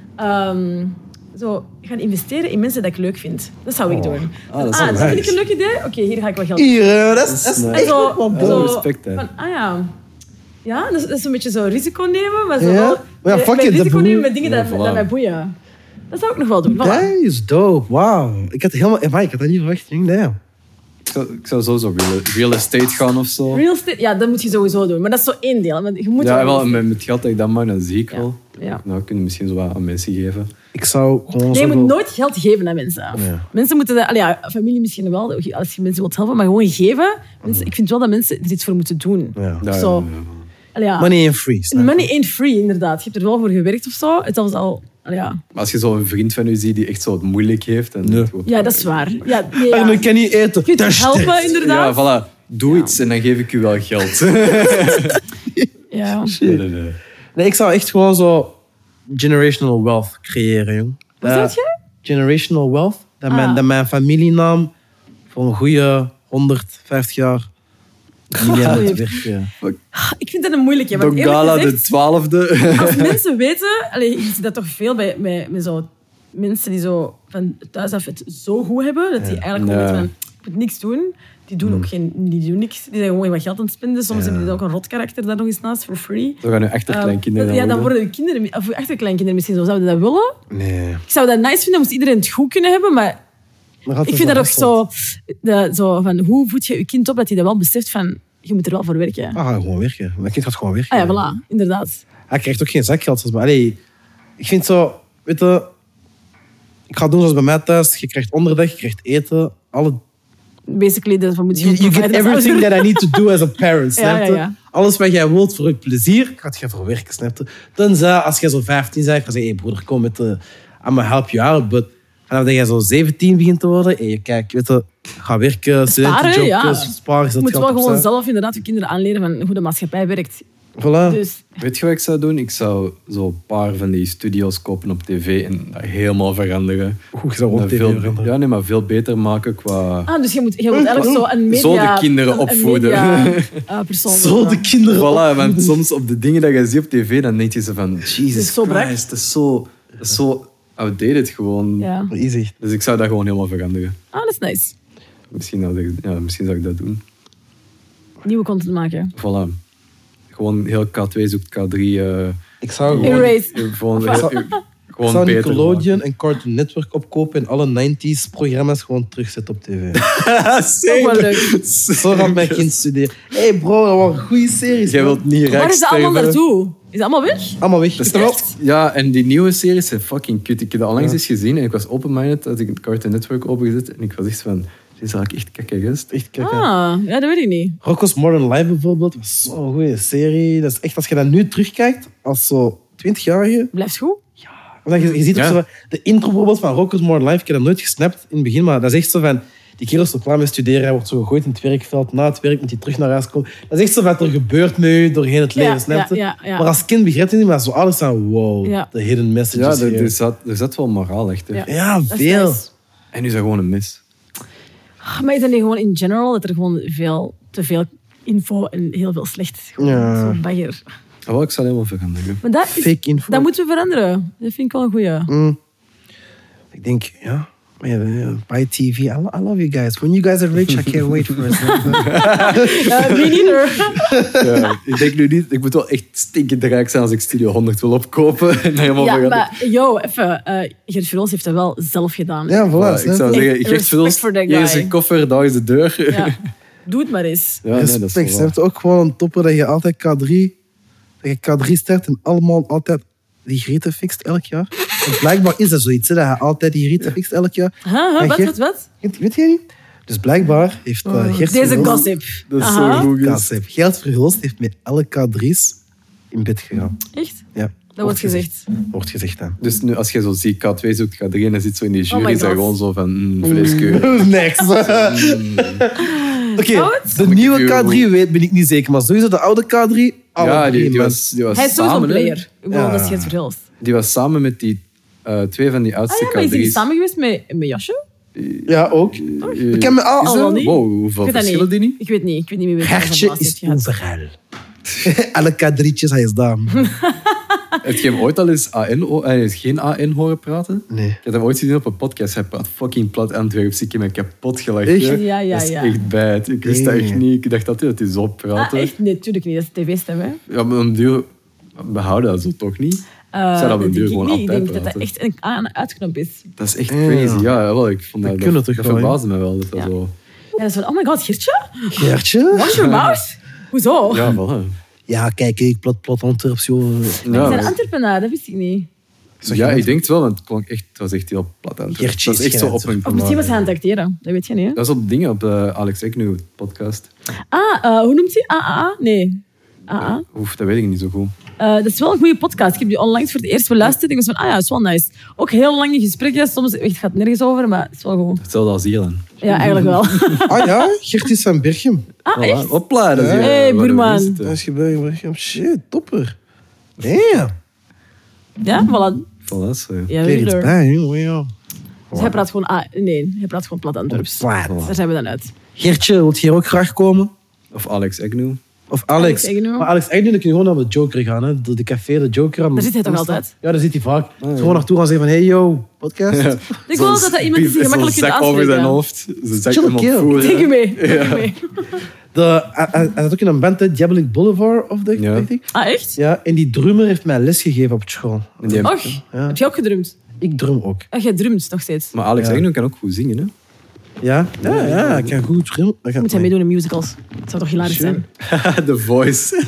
zo gaan investeren in mensen dat ik leuk vind. Dat zou ik doen. dat is wel dat vind nice. ik een leuk idee. Oké, hier ga ik wel geld Hier, dat is nice. echt Zo- wel Ja, zo- respect, hè. van, ja, dat is een beetje zo risico nemen, maar zo Ja. wel Maar ja, fuck met it, dat risico nemen bedoel- met dingen Ja, dat voilà. mij boeien. Dat zou ik nog wel doen. Voilà. Dat is dope, wauw. Ik had dat niet verwacht. Nee. Ik zou sowieso real estate gaan of zo. Real estate, ja, dat moet je sowieso doen. Maar dat is zo één deel. Want je moet Ja, wel wel, met het geld dat ik dat maak, dan zie ik Ja. wel. Ja. Nou, kun je misschien zo wat aan mensen geven. Ik zou gewoon Nee, je zoveel- moet nooit geld geven aan mensen. Ja. Mensen moeten dat... Allee, ja, familie misschien wel, als je mensen wilt helpen, maar gewoon geven. Mensen, ik vind wel dat mensen er iets voor moeten doen. Ja. Ja, Zo. ja, ja. Allee, ja. Money ain't free, snap je? Money ain't free, inderdaad. Je hebt er wel voor gewerkt of zo. Het was al... allee, ja. Maar als je zo een vriend van je ziet die echt zo het moeilijk heeft... En Nee. Ja, dat is waar. Ja, nee, En ja. dan kan niet eten. Je kunt Dat is helpen, sterk. inderdaad. Ja, voilà. Doe iets en dan geef ik u wel geld. Ja. Nee. Nee, ik zou echt gewoon zo generational wealth creëren, jong. Wat zeg je? Generational wealth. Dat, Ah. dat mijn familienaam voor een goede 150 jaar niet meer moet werken. Ik vind dat een moeilijke. Want Dongala eerlijk de gezegd, 12e. als mensen weten... Allee, je ziet dat toch veel bij zo mensen die zo van thuis af het zo goed hebben, dat die eigenlijk gewoon Ja. weten van, ik moet niks doen. Die doen ook die doen niks. Die zijn gewoon wat geld aan het spenden. Soms hebben die ook een rotkarakter daar nog eens naast, for free. Zo gaan nu achterkleinkinderen Ja, dan worden. worden de kinderen... Of achterkleinkinderen misschien zo. Zouden dat willen? Nee. Ik zou dat nice vinden, moest iedereen het goed kunnen hebben, maar ik vind dat ook zo van, hoe voed je je kind op dat hij dat wel beseft van, je moet er wel voor werken. Ah, gewoon werken. Mijn kind gaat gewoon werken. Ah ja, voilà, inderdaad. Hij krijgt ook geen zakgeld. Zoals allee, ik vind zo... Weet je... Ik ga doen zoals bij mij thuis. Je krijgt onderdak, je krijgt eten. Basically, dat moet je You gewoon get providen als everything ouder. that I need to do as a parent, Ja, snap je? ja, ja. Alles wat jij wilt voor je plezier, gaat je voor werken, snap je? Tenzij, als jij zo 15 bent, ga je zeggen, hey broeder, kom met de... I'm gonna help you out, but... Vanaf dat jij zo 17 begint te worden, hey, kijk, weet je, ga werken, studentenjob, ja. sparen, Je zet moet geld wel gewoon opzij. zelf inderdaad je kinderen aanleren van hoe de maatschappij werkt. Voilà. Dus Weet je wat ik zou doen? Ik zou zo een paar van die studio's kopen op tv en dat helemaal veranderen. Oeh, je zou ook Dat tv veel, veranderen. ja, nee, maar veel beter maken qua... dus je moet eigenlijk zo een media... Zo de kinderen opvoeden. Persoon Zo de kinderen. Voilà, want soms op de dingen dat je ziet op tv, dan denk je zo van... Jesus is zo brak. Christ, dat is zo outdated gewoon. Ja. Easy. Dus ik zou dat gewoon helemaal veranderen. Dat is nice. Misschien zou ik dat doen. Nieuwe content maken. Voilà. Gewoon heel K2 zoekt K3. Ik zou gewoon... Erase. Gewoon Ik zou beter Nickelodeon en Cartoon Network opkopen en alle 90s programma's gewoon terugzetten op tv. Ook wel leuk. Zo gaat mijn kind studeren. Hé hey bro, dat waren goede series. Jij man. wilt niet Waar rijk is dat allemaal sterven. naartoe? Is dat allemaal weg? Allemaal weg. Is dat wel? Ja, en die nieuwe series zijn fucking cute. Ik heb dat onlangs eens gezien en ik was open-minded als ik het Cartoon Network opengezet. En ik was echt van, dit is eigenlijk echt kakke gast. Echt, kijk. Ja, dat weet ik niet. Rocko's Modern Life bijvoorbeeld, was zo'n goede serie. Dat is echt, als je dat nu terugkijkt, als zo 20-jarige... Blijft goed? Je ziet ook Ja. zo, de intro bijvoorbeeld van Rocko's Modern Life, ik heb dat nooit gesnapt in het begin, maar dat is echt zo van... Die kerel is zo klaar met studeren, hij wordt zo gegooid in het werkveld. Na het werk moet hij terug naar huis komen. Dat is echt zo wat er gebeurt met je doorheen het leven, snap je? Ja. Maar als kind begrijpt hij niet, maar zo ouders zijn wow, de hidden messages hier. Er zat wel moraal echt. Hè. Ja, Dat is veel. nice. En nu is dat gewoon een mis. Maar is dat niet gewoon in general dat er gewoon te veel info en heel veel slecht gewoon Ja. zo bagger. Oh, ik zal helemaal veranderen. Maar Fake info. dat moeten we veranderen. Dat vind ik wel een goeie. Ik denk, ja... Buy TV. I love you guys. When you guys are rich, I can't wait for it. Me neither. Ja, ik denk nu niet... Ik moet wel echt stinkend rijk zijn als ik Studio 100 wil opkopen. En helemaal Ja, veranderen. maar even. Gert Verhulst heeft dat wel zelf gedaan. Ja, Ja, voilà. ik zou zeggen, Echt Gert Verhulst, respect for that hier is guy. een koffer, daar is de deur. Ja. Doe het maar eens. Ja, nee, dat is Respect. Ze wel heeft ook gewoon een topper dat je altijd K3 start en allemaal altijd die grieten fixt elk jaar. En blijkbaar is dat zoiets, hè, dat je altijd die grieten fixt elk jaar. En Gert- Wat? Weet je niet? Dus blijkbaar heeft Gert Deze Verhulst... gossip. Dat is Aha. zo goed. Gossip. Gert Verhulst heeft met alle K3's in bed gegaan. Echt? Ja. Dat wordt gezegd. Wordt gezegd, hè. Dus nu, als je zo ziet, K2 zoekt K3 en dan zit zo in die Oh jury, my is dat God. gewoon zo van vleeskeur. Next. Oké, Oud? de nieuwe K3 ben ik niet zeker, maar sowieso de oude K3... alle Ja, drie, die man. was Hij is sowieso een samen. Hè. player. Ik bedoel, Ja. dat is Gert Verhulst. Die was samen met die twee van die oudste Ah ja, maar is hij niet K3's. samen geweest met Josje? Ja, ook. Ik heb me Is dat al... niet? Wow, hoeveel Ik weet dat verschillen die niet? Ik weet niet meer wie het Gertje heeft is gehad. overal. Alle K3'tjes, hij is daar. Heb je hem ooit al eens hij is geen AN horen praten? Nee. Ik heb hem ooit gezien op een podcast. Hij praat fucking plat Antwerps. Ik heb me kapot gelachen. Echt? hè. Ja. Dat is echt bad. Ik wist dat echt niet. Ik dacht dat hij zo Ah, praatte. echt? Nee, tuurlijk niet. Dat is tv-stem, hè. Ja, maar een duur... We houden dat zo toch niet? Zou dat op een duur denk ik gewoon niet. Ik altijd denk dat dat praten? echt een aan- en uitknop is. Dat is echt crazy. Ja, wel, ik vond dat... kunnen Dat, toch dat wel, hè? verbaasde me wel. Dat dat Ja. zo... Ja, dat is van, oh my god, Gertje? Gertje? Wash your mouth? Hoezo? Ja, voilà. Ja, kijk, ik plat Antwerps, joh. Maar die Ja, zijn Antwerpenaar, dat wist ik niet. ja, ik denk het wel, want het klonk echt, het was echt heel plat aan. Gertje Dat is is echt zo geen op een... Of misschien was hij aan het acteren. Dat weet je niet, hè? Dat is op dingen, op Alex Agnew podcast. Hoe noemt hij? AAA? Nee. AA. Oef, dat weet ik niet zo goed. Dat is wel een goede podcast. Ik heb die onlangs voor het eerst beluisterd. Ik was van, dat is wel nice. Ook heel lange gesprekken. Soms echt gaat het nergens over, maar het is wel goed. Hetzelfde als Ierland. Ja, eigenlijk wel. Ah ja, Gert is van Berchem. Echt? Hopla, dat is Ja. Hey, wat buurman. een wist, Dat hè. is gebeurd in Berchem. Shit, topper. Damn. Ja, voilà. Voilà, zo. Ja, Clear it's weer. bij, joh. Dus hij praat gewoon... nee, hij praat gewoon plat Antwerps. Plat. Daar zijn we dan uit. Gertje, wilt je hier ook graag komen? Of Alex Agnew. Of Alex? Alex Agnew. Maar Alex Agnew, dan kun je gewoon naar de Joker gaan. Hè. De café, de Joker. Daar zit hij toch altijd? Ja, daar zit hij vaak. Dus gewoon naartoe gaan zeggen van, hey yo, podcast. Ik wil dat iemand is die gemakkelijk Zo'n kunt zak over zijn aanspreken. hoofd. Zijn zak Chill hem kill. opvoeren. Denk je mee. Denk je mee. Hij zat ook in een band, hè, Diabolic Boulevard, of dat, Ja. denk ik. Ah, echt? Ja, en die drummer heeft mij les gegeven op school. En die- Och, heb je ook gedrumd? Ik drum ook. Jij drumt nog steeds. Maar Alex Ja. Agnew kan ook goed zingen, hè? Ja, ik kan goed drummen. Moet hij meedoen in musicals? Dat zou toch hilarisch zijn? The Voice.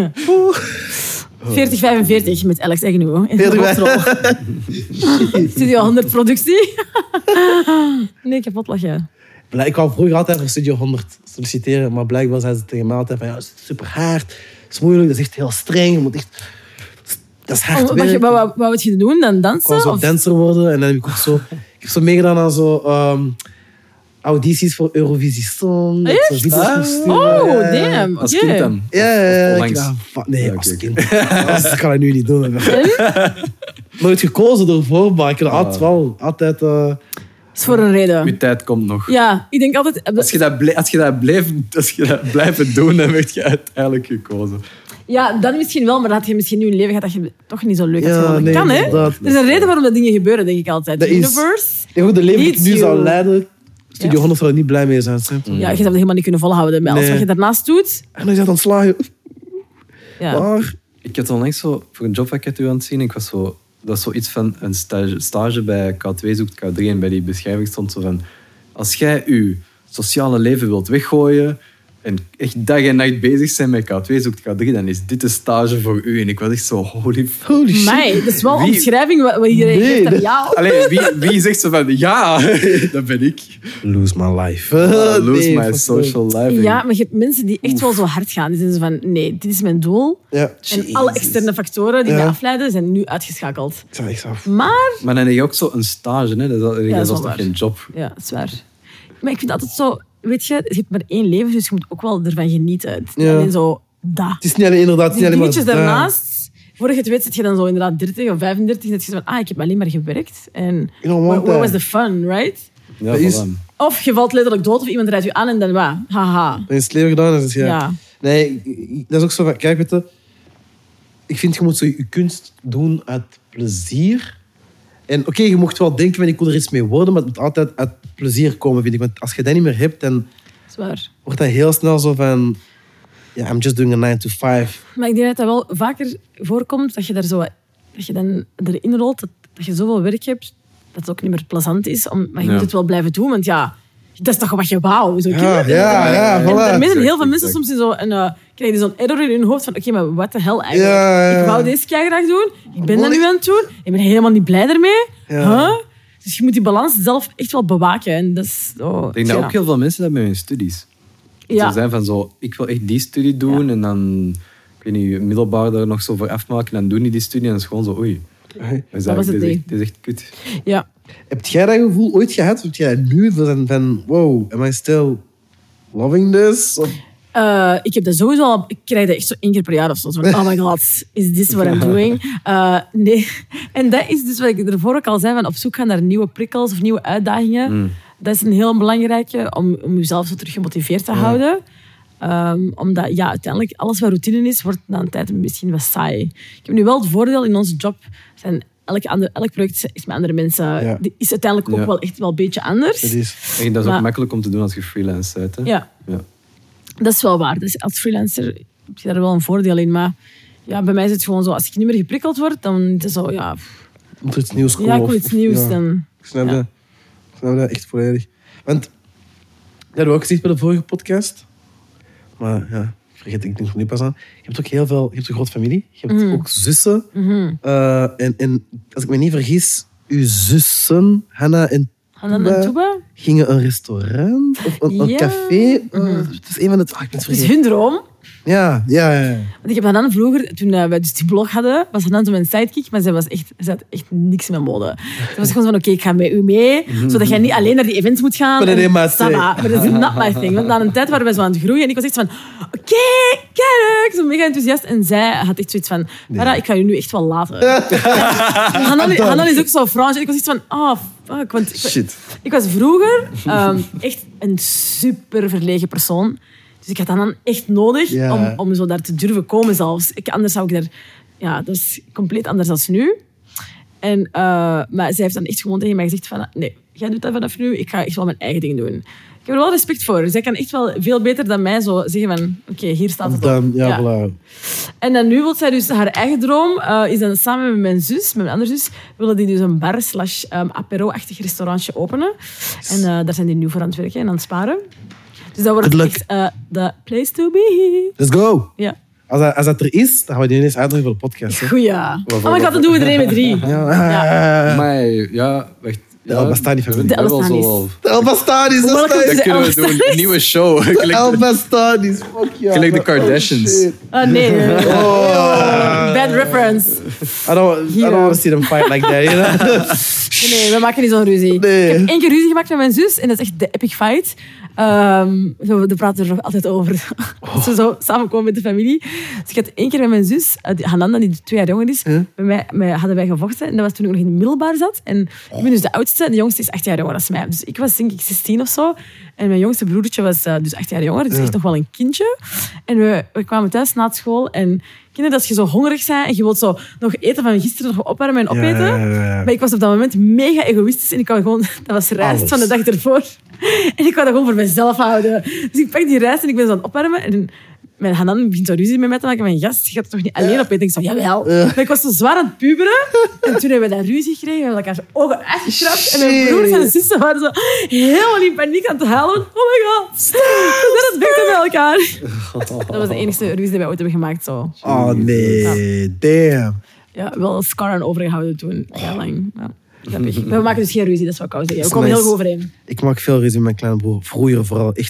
40-45 met Alex Agnew in de 40-45. hoofdrol. Studio 100 productie. Nee, kapot lachen. Ik wou vroeger altijd voor Studio 100 solliciteren, maar blijkbaar zei ze tegen mij altijd van, ja, het is super hard, het is moeilijk, dat is echt heel streng, je moet echt... Dat is hard werk. Ik Wat wou je doen? Dan wou dansen? zo Of? dancer worden en dan heb ik ook zo... Ik heb zo meegedaan aan zo... audities voor Eurovisie Song. dat ik zo video's moest sturen. Oh, Ja, ja. damn. Als oké. kind dan. Ja. Onlangs. Nee, Ja, als oké. kind. Dat kan ik nu niet doen. Nooit gekozen ervoor, maar ik heb altijd wel altijd... Dat is voor een reden. Je tijd komt nog. Ja, ik denk altijd... Als je dat blijft doen, dan werd je uiteindelijk gekozen. Ja, dan misschien wel, maar dat had je misschien nu een leven gehad dat je toch niet zo leuk had Ja, gevonden. nee, Kan, hè? inderdaad. Er is een reden waarom dat dingen gebeuren, denk ik altijd. Dat The is- universe. Ja, goed, de leven die ik Needs nu zou you. leiden... Studio Ja. 100 zou er niet blij mee zijn. Sam. Ja, je zou het helemaal niet kunnen volhouden met alles Nee. wat je daarnaast doet. En dan is dat ontslagen. Ja. Maar... Ik had onlangs zo voor een jobvacature aan het zien. Ik was zo, dat is zoiets van een stage bij K2 zoekt K3. En bij die beschrijving stond zo van... Als jij je sociale leven wilt weggooien... en echt dag en nacht bezig zijn met K2 zoekt K3... dan is dit de stage voor u. En ik was echt zo... Holy Holy shit. Mij, dat is wel een Wie- omschrijving wat iedereen Nee, geeft aan dat- jou. Allee, wie zegt zo van... Ja, dat ben ik. Lose my life. Lose Nee, my fuck social life. Ja, maar je hebt mensen die echt wel zo hard gaan. Die zijn zo van, nee, dit is mijn doel. Ja. En alle externe factoren die Ja. mij afleiden, zijn nu uitgeschakeld. Ik zou... Maar, Maar dan heb je ook zo een stage. Hè? Dat is dat is nog wel geen job. ja, dat is waar. Maar ik vind altijd zo... Weet je hebt maar 1 leven, dus je moet ook wel ervan genieten. Het is niet Ja. alleen zo... Dat. Het is niet alleen inderdaad... Die dingetjes daarnaast... Voordat je het weet, zit je dan zo inderdaad 30 of 35. Dat je zo van, ik heb alleen maar gewerkt. En where was the fun, right? Ja, Dat is- voilà. Of je valt letterlijk dood of iemand rijdt je aan en dan wat? Haha. Dan is het leven gedaan. Dus ja. Ja. Nee, dat is ook zo van... Kijk, weet je... Ik vind, je moet zo je kunst doen uit plezier. En oké, je mocht wel denken van ik wil er iets mee worden, maar het moet altijd uit plezier komen, vind ik. Want als je dat niet meer hebt, dan Dat is waar. wordt dat heel snel zo van... Ja, I'm just doing a 9 to 5. Maar ik denk dat dat wel vaker voorkomt, dat je daar zo... Dat je dan erin rolt, dat je zoveel werk hebt, dat het ook niet meer plezant is. Maar je moet het wel blijven doen, want ja... Dat is toch wat je wou. Zo, Ja, en voilà. daarmee zijn heel veel Exact. mensen soms in krijgen zo'n error in hun hoofd van oké, maar wat de hel eigenlijk? Ja. Ik wou deze graag doen, ik ben dat nu aan het doen, ik ben helemaal niet blij ermee. Ja. Huh? Dus je moet die balans zelf echt wel bewaken. En dat is, Ik denk dat ook heel veel mensen dat met hun studies. Ja. Ze zijn van zo, ik wil echt die studie doen en dan, ik weet niet, middelbaar daar nog zo voor afmaken en dan doen die studie en dan is gewoon zo, oei. Dat was het dit niet. is echt kut. Ja. Heb jij dat gevoel ooit gehad? Heb jij dat nu van wow, am I still loving this? Of- Ik heb dat sowieso al... Ik krijg dat echt zo 1 keer per jaar of zo. Zo van, oh my god, is this what I'm doing? Nee. En dat is dus wat ik ervoor ook al zei, van op zoek gaan naar nieuwe prikkels of nieuwe uitdagingen. Dat is een heel belangrijke om jezelf zo terug gemotiveerd te houden. Omdat ja, uiteindelijk alles wat routine is, wordt na een tijd misschien wat saai. Ik heb nu wel het voordeel in onze job, elk project is met andere mensen. Ja. Die is uiteindelijk ook Ja. wel echt wel een beetje anders. Dat is... En dat is ook Maar- makkelijk om te doen als je freelance bent. Hè? Ja. Ja. Dat is wel waar. Dus als freelancer heb je daar wel een voordeel in. Maar ja, bij mij is het gewoon zo, als ik niet meer geprikkeld word, dan is het zo, ja... Moet er iets nieuws komen? Ja, ik wil of- iets nieuws. ja. Dan. Ik snap Ja. dat. Ik snap dat echt volledig. Want, dat hebben we ook gezegd bij de vorige podcast. Maar ja, ik denk er nu pas aan. Je hebt ook heel veel... Je hebt een grote familie. Je hebt ook zussen. En als ik me niet vergis, uw zussen, Hannah en Hannah en Tuba? gingen een restaurant of een Ja. café. Het is een van de... ik ben het Het is vergeten. hun droom. Ja. Want ik heb Hanan vroeger, toen wij dus die blog hadden, was Hanan zo mijn sidekick, maar zij had echt niks met mode. Ze was gewoon van, oké, ik ga met u mee, zodat jij niet alleen naar die events moet gaan. Maar nee, maar ça va. Maar dat is not my thing. Want na een tijd waren wij zo aan het groeien en ik was echt van, oké, kijk, zo mega enthousiast. En zij had echt zoiets van, Mara, ik ga je nu echt wel laten. Hanan is ook zo Frans. En ik was echt van, oh, fuck. Want Shit. ik was vroeger echt een super verlegen persoon. Dus ik had dat dan echt nodig Ja. om zo daar te durven komen zelfs. Anders zou ik daar... Ja, dat is compleet anders dan nu. En, maar zij heeft dan echt gewoon tegen mij gezegd van... Nee, jij doet dat vanaf nu. Ik ga echt wel mijn eigen ding doen. Ik heb er wel respect voor. Zij kan echt wel veel beter dan mij zo zeggen van... Oké, hier staat het Dan, op. ja, voilà. En dan nu wil zij dus haar eigen droom... is dan samen met mijn zus, met mijn andere zus... willen die dus een bar/apero-achtig restaurantje openen. En daar zijn die nu voor aan het werken en aan het sparen. Dus dat wordt Good luck. echt the place to be. Let's go. Ja. Als dat er is, dan gaan we die ineens uitnodigen voor de podcast. Hè? Goeie. Oh my god, dan doen we er een met 3. Ja. Maar ja, wacht. De El Bastani familie. we hebben wel Elbastanis. zo wel- De El Bastanis, dat Welkom is to Dan de kunnen we Elbastanis. doen een nieuwe show. de El Gelijk Bastanis. Fuck ja. gelijk de Kardashians. Oh, shit. Oh nee. Bad reference. I don't want to see them fight like that. You know? Nee, we maken niet zo'n ruzie. Nee. Ik heb 1 keer ruzie gemaakt met mijn zus en dat is echt de epic fight. We praten er nog altijd over. Als we zo samenkomen met de familie. Dus ik had 1 keer met mijn zus, Hananda, die 2 jaar jonger is, hadden wij gevochten. En dat was toen ik nog in het middelbaar zat. En ik ben dus de oudste en de jongste is 8 jaar jonger dan mij. Dus ik was denk ik 16 of zo. En mijn jongste broertje was dus 8 jaar jonger. Dus echt nog wel een kindje. En we kwamen thuis na school en... Kinderen, als je zo hongerig bent en je wilt zo nog eten van gisteren nog opwarmen en opeten. Ja. Maar ik was op dat moment mega egoïstisch en ik wou gewoon... Dat was rijst Alles. van de dag ervoor. En ik wou dat gewoon voor mezelf houden. Dus ik pak die rijst en ik ben zo aan het opwarmen. En mijn Hanan begint zo ruzie met mij te maken. Mijn gast, je gaat het toch niet alleen opeten? Ik zo, jawel. Maar ik was zo zwaar aan het puberen. En toen hebben we dat ruzie gekregen. We hebben elkaar zijn ogen uitgekrapt. En mijn broers en zussen waren zo helemaal in paniek aan het huilen. Oh my god. We zijn het beter bij elkaar. Dat was de enige ruzie die wij ooit hebben gemaakt. Zo. Oh nee, damn. Ja, wel een scar aan overgehouden toen. Heel lang. Ja. Grappig. We maken dus geen ruzie, dat is wat ik wou zeggen. We komen heel goed overeen. Ik maak veel ruzie met mijn kleine broer. Vroeger vooral echt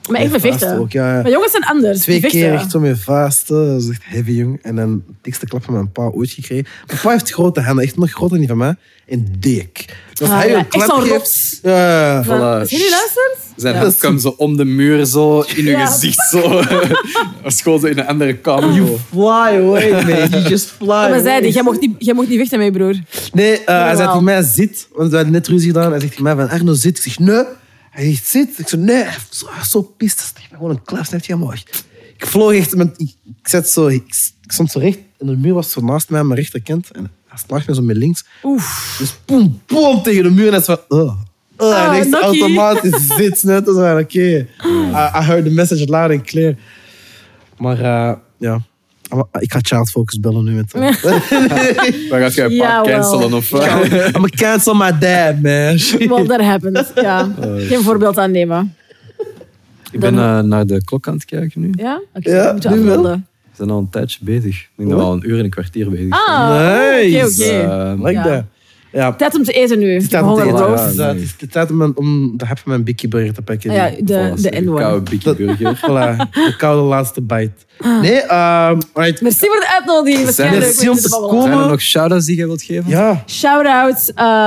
Maar echt met vechten. Ook, ja. Maar jongens zijn anders. 2 die keer vechten. echt zo met vasten. Dat is echt heavy, jong. En dan de dikste klap van mijn pa ooit gekregen. Mijn pa heeft grote handen, echt nog groter dan die van mij. En dik. Dus Ah, hij ja, een echt klap zo'n geeft... rots. Ja. Voilà. Zijn jullie luisterd? Zijn Ja. hand kwam zo om de muur, zo in uw Ja. gezicht. Zo. Als gewoon zo in een andere kamer. You fly away, man. You just fly Maar away. zei die, jij mocht niet vechten met je broer. Nee, hij zei Normaal. tegen mij, zit. Want we hadden net ruzie gedaan. Hij zegt tegen mij, van Arno, zit. Ik zeg, nee. Hij zegt, zit. Ik zeg, nee. Hij is zo pist. Hij zegt, gewoon een klap snijdt je omhoog. Ik vloog echt, ik stond zo recht. En de muur was zo naast mij, aan mijn rechterkant. En hij slaagt me zo met links. Oef. Dus boem, boem, tegen de muur. En hij is van, en echt Nokkie. automatisch zit. Net als van, oké. I heard the message loud and clear. Maar ja, ik ga Child Focus bellen nu met hem. Dan gaat je een Ja, paar wel. cancelen of... I'm gonna cancel my dad, man. Well, that happens. Ja. Geen voorbeeld aannemen. Ik ben naar de klok aan het kijken nu. Ja? Oké, Ja, dan moeten we nu wel. afronden. We zijn al een tijdje bezig. Ik denk dat we al een uur en een kwartier bezig zijn. Ah, Nice. oké. Like Ja. that. Ja. Tijd om te eten nu. Het is tijd De om te Honger eten. Roast. Ja, Het is de tijd om de hap van mijn Bikkie Burger te pakken. Ah, ja, de Een N-word. koude Bikkie Burger. Voilà, de koude laatste bite. Nee, right. Merci voor de uitnodiging. Zijn Waarschijnlijk merci om met te de babbelen. komen. Zijn er nog shout-outs die je wilt geven? Ja, Shout-out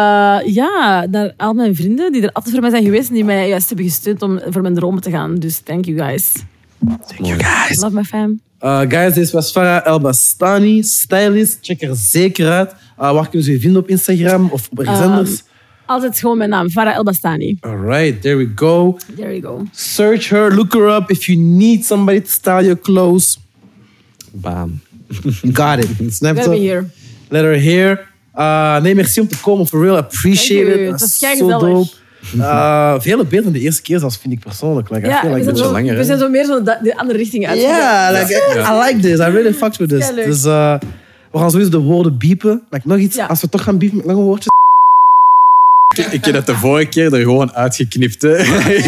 naar al mijn vrienden die er altijd voor mij zijn geweest en die mij juist hebben gesteund om voor mijn dromen te gaan. Dus thank you guys. thank you guys. Love my fam. Guys, dit was Farah El Bastani, stylist. Check er zeker uit. Waar kunnen ze je vinden op Instagram of op ergens anders? Altijd gewoon mijn naam, Farah El Bastani. Alright, there we go. There you go. Search her, look her up if you need somebody to style your clothes. Bam. You got it. Snap Let me je? here. Let her hear. Nee, merci om te komen. For real, appreciate Thank you. it. Het was So keigezellig. dope. Veel beter dan de eerste keer, zelfs vind ik persoonlijk. Like, I Ja, feel like we zijn, beetje zo, langer, we hè? zijn zo meer zo de andere richting uit. Yeah, like, I like this. I really fucked with this. Ja, leuk. Dus we gaan sowieso de woorden biepen. Like, nog iets, Ja. als we toch gaan biepen met lange woordjes. Ik heb dat de vorige keer er gewoon uitgeknipt. Hè.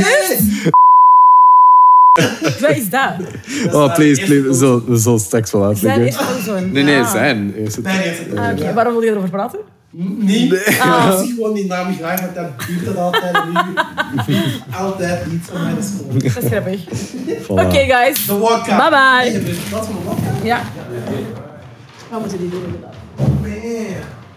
Wat is dat? Oh, please. We zullen straks wel Zijn uitleggen. eerste persoon. Nee, Ah. zijn. Eerst Ah, oké. Waarom wil je erover praten? Nee. Ah. Ik zie gewoon die naam graag, want dat biept het altijd. Altijd iets van mij. Dat is grappig. Voilà. Oké, guys. De vodka. Bye bye. Wat van de vodka? Ja. Wat moeten die doen inderdaad? Man.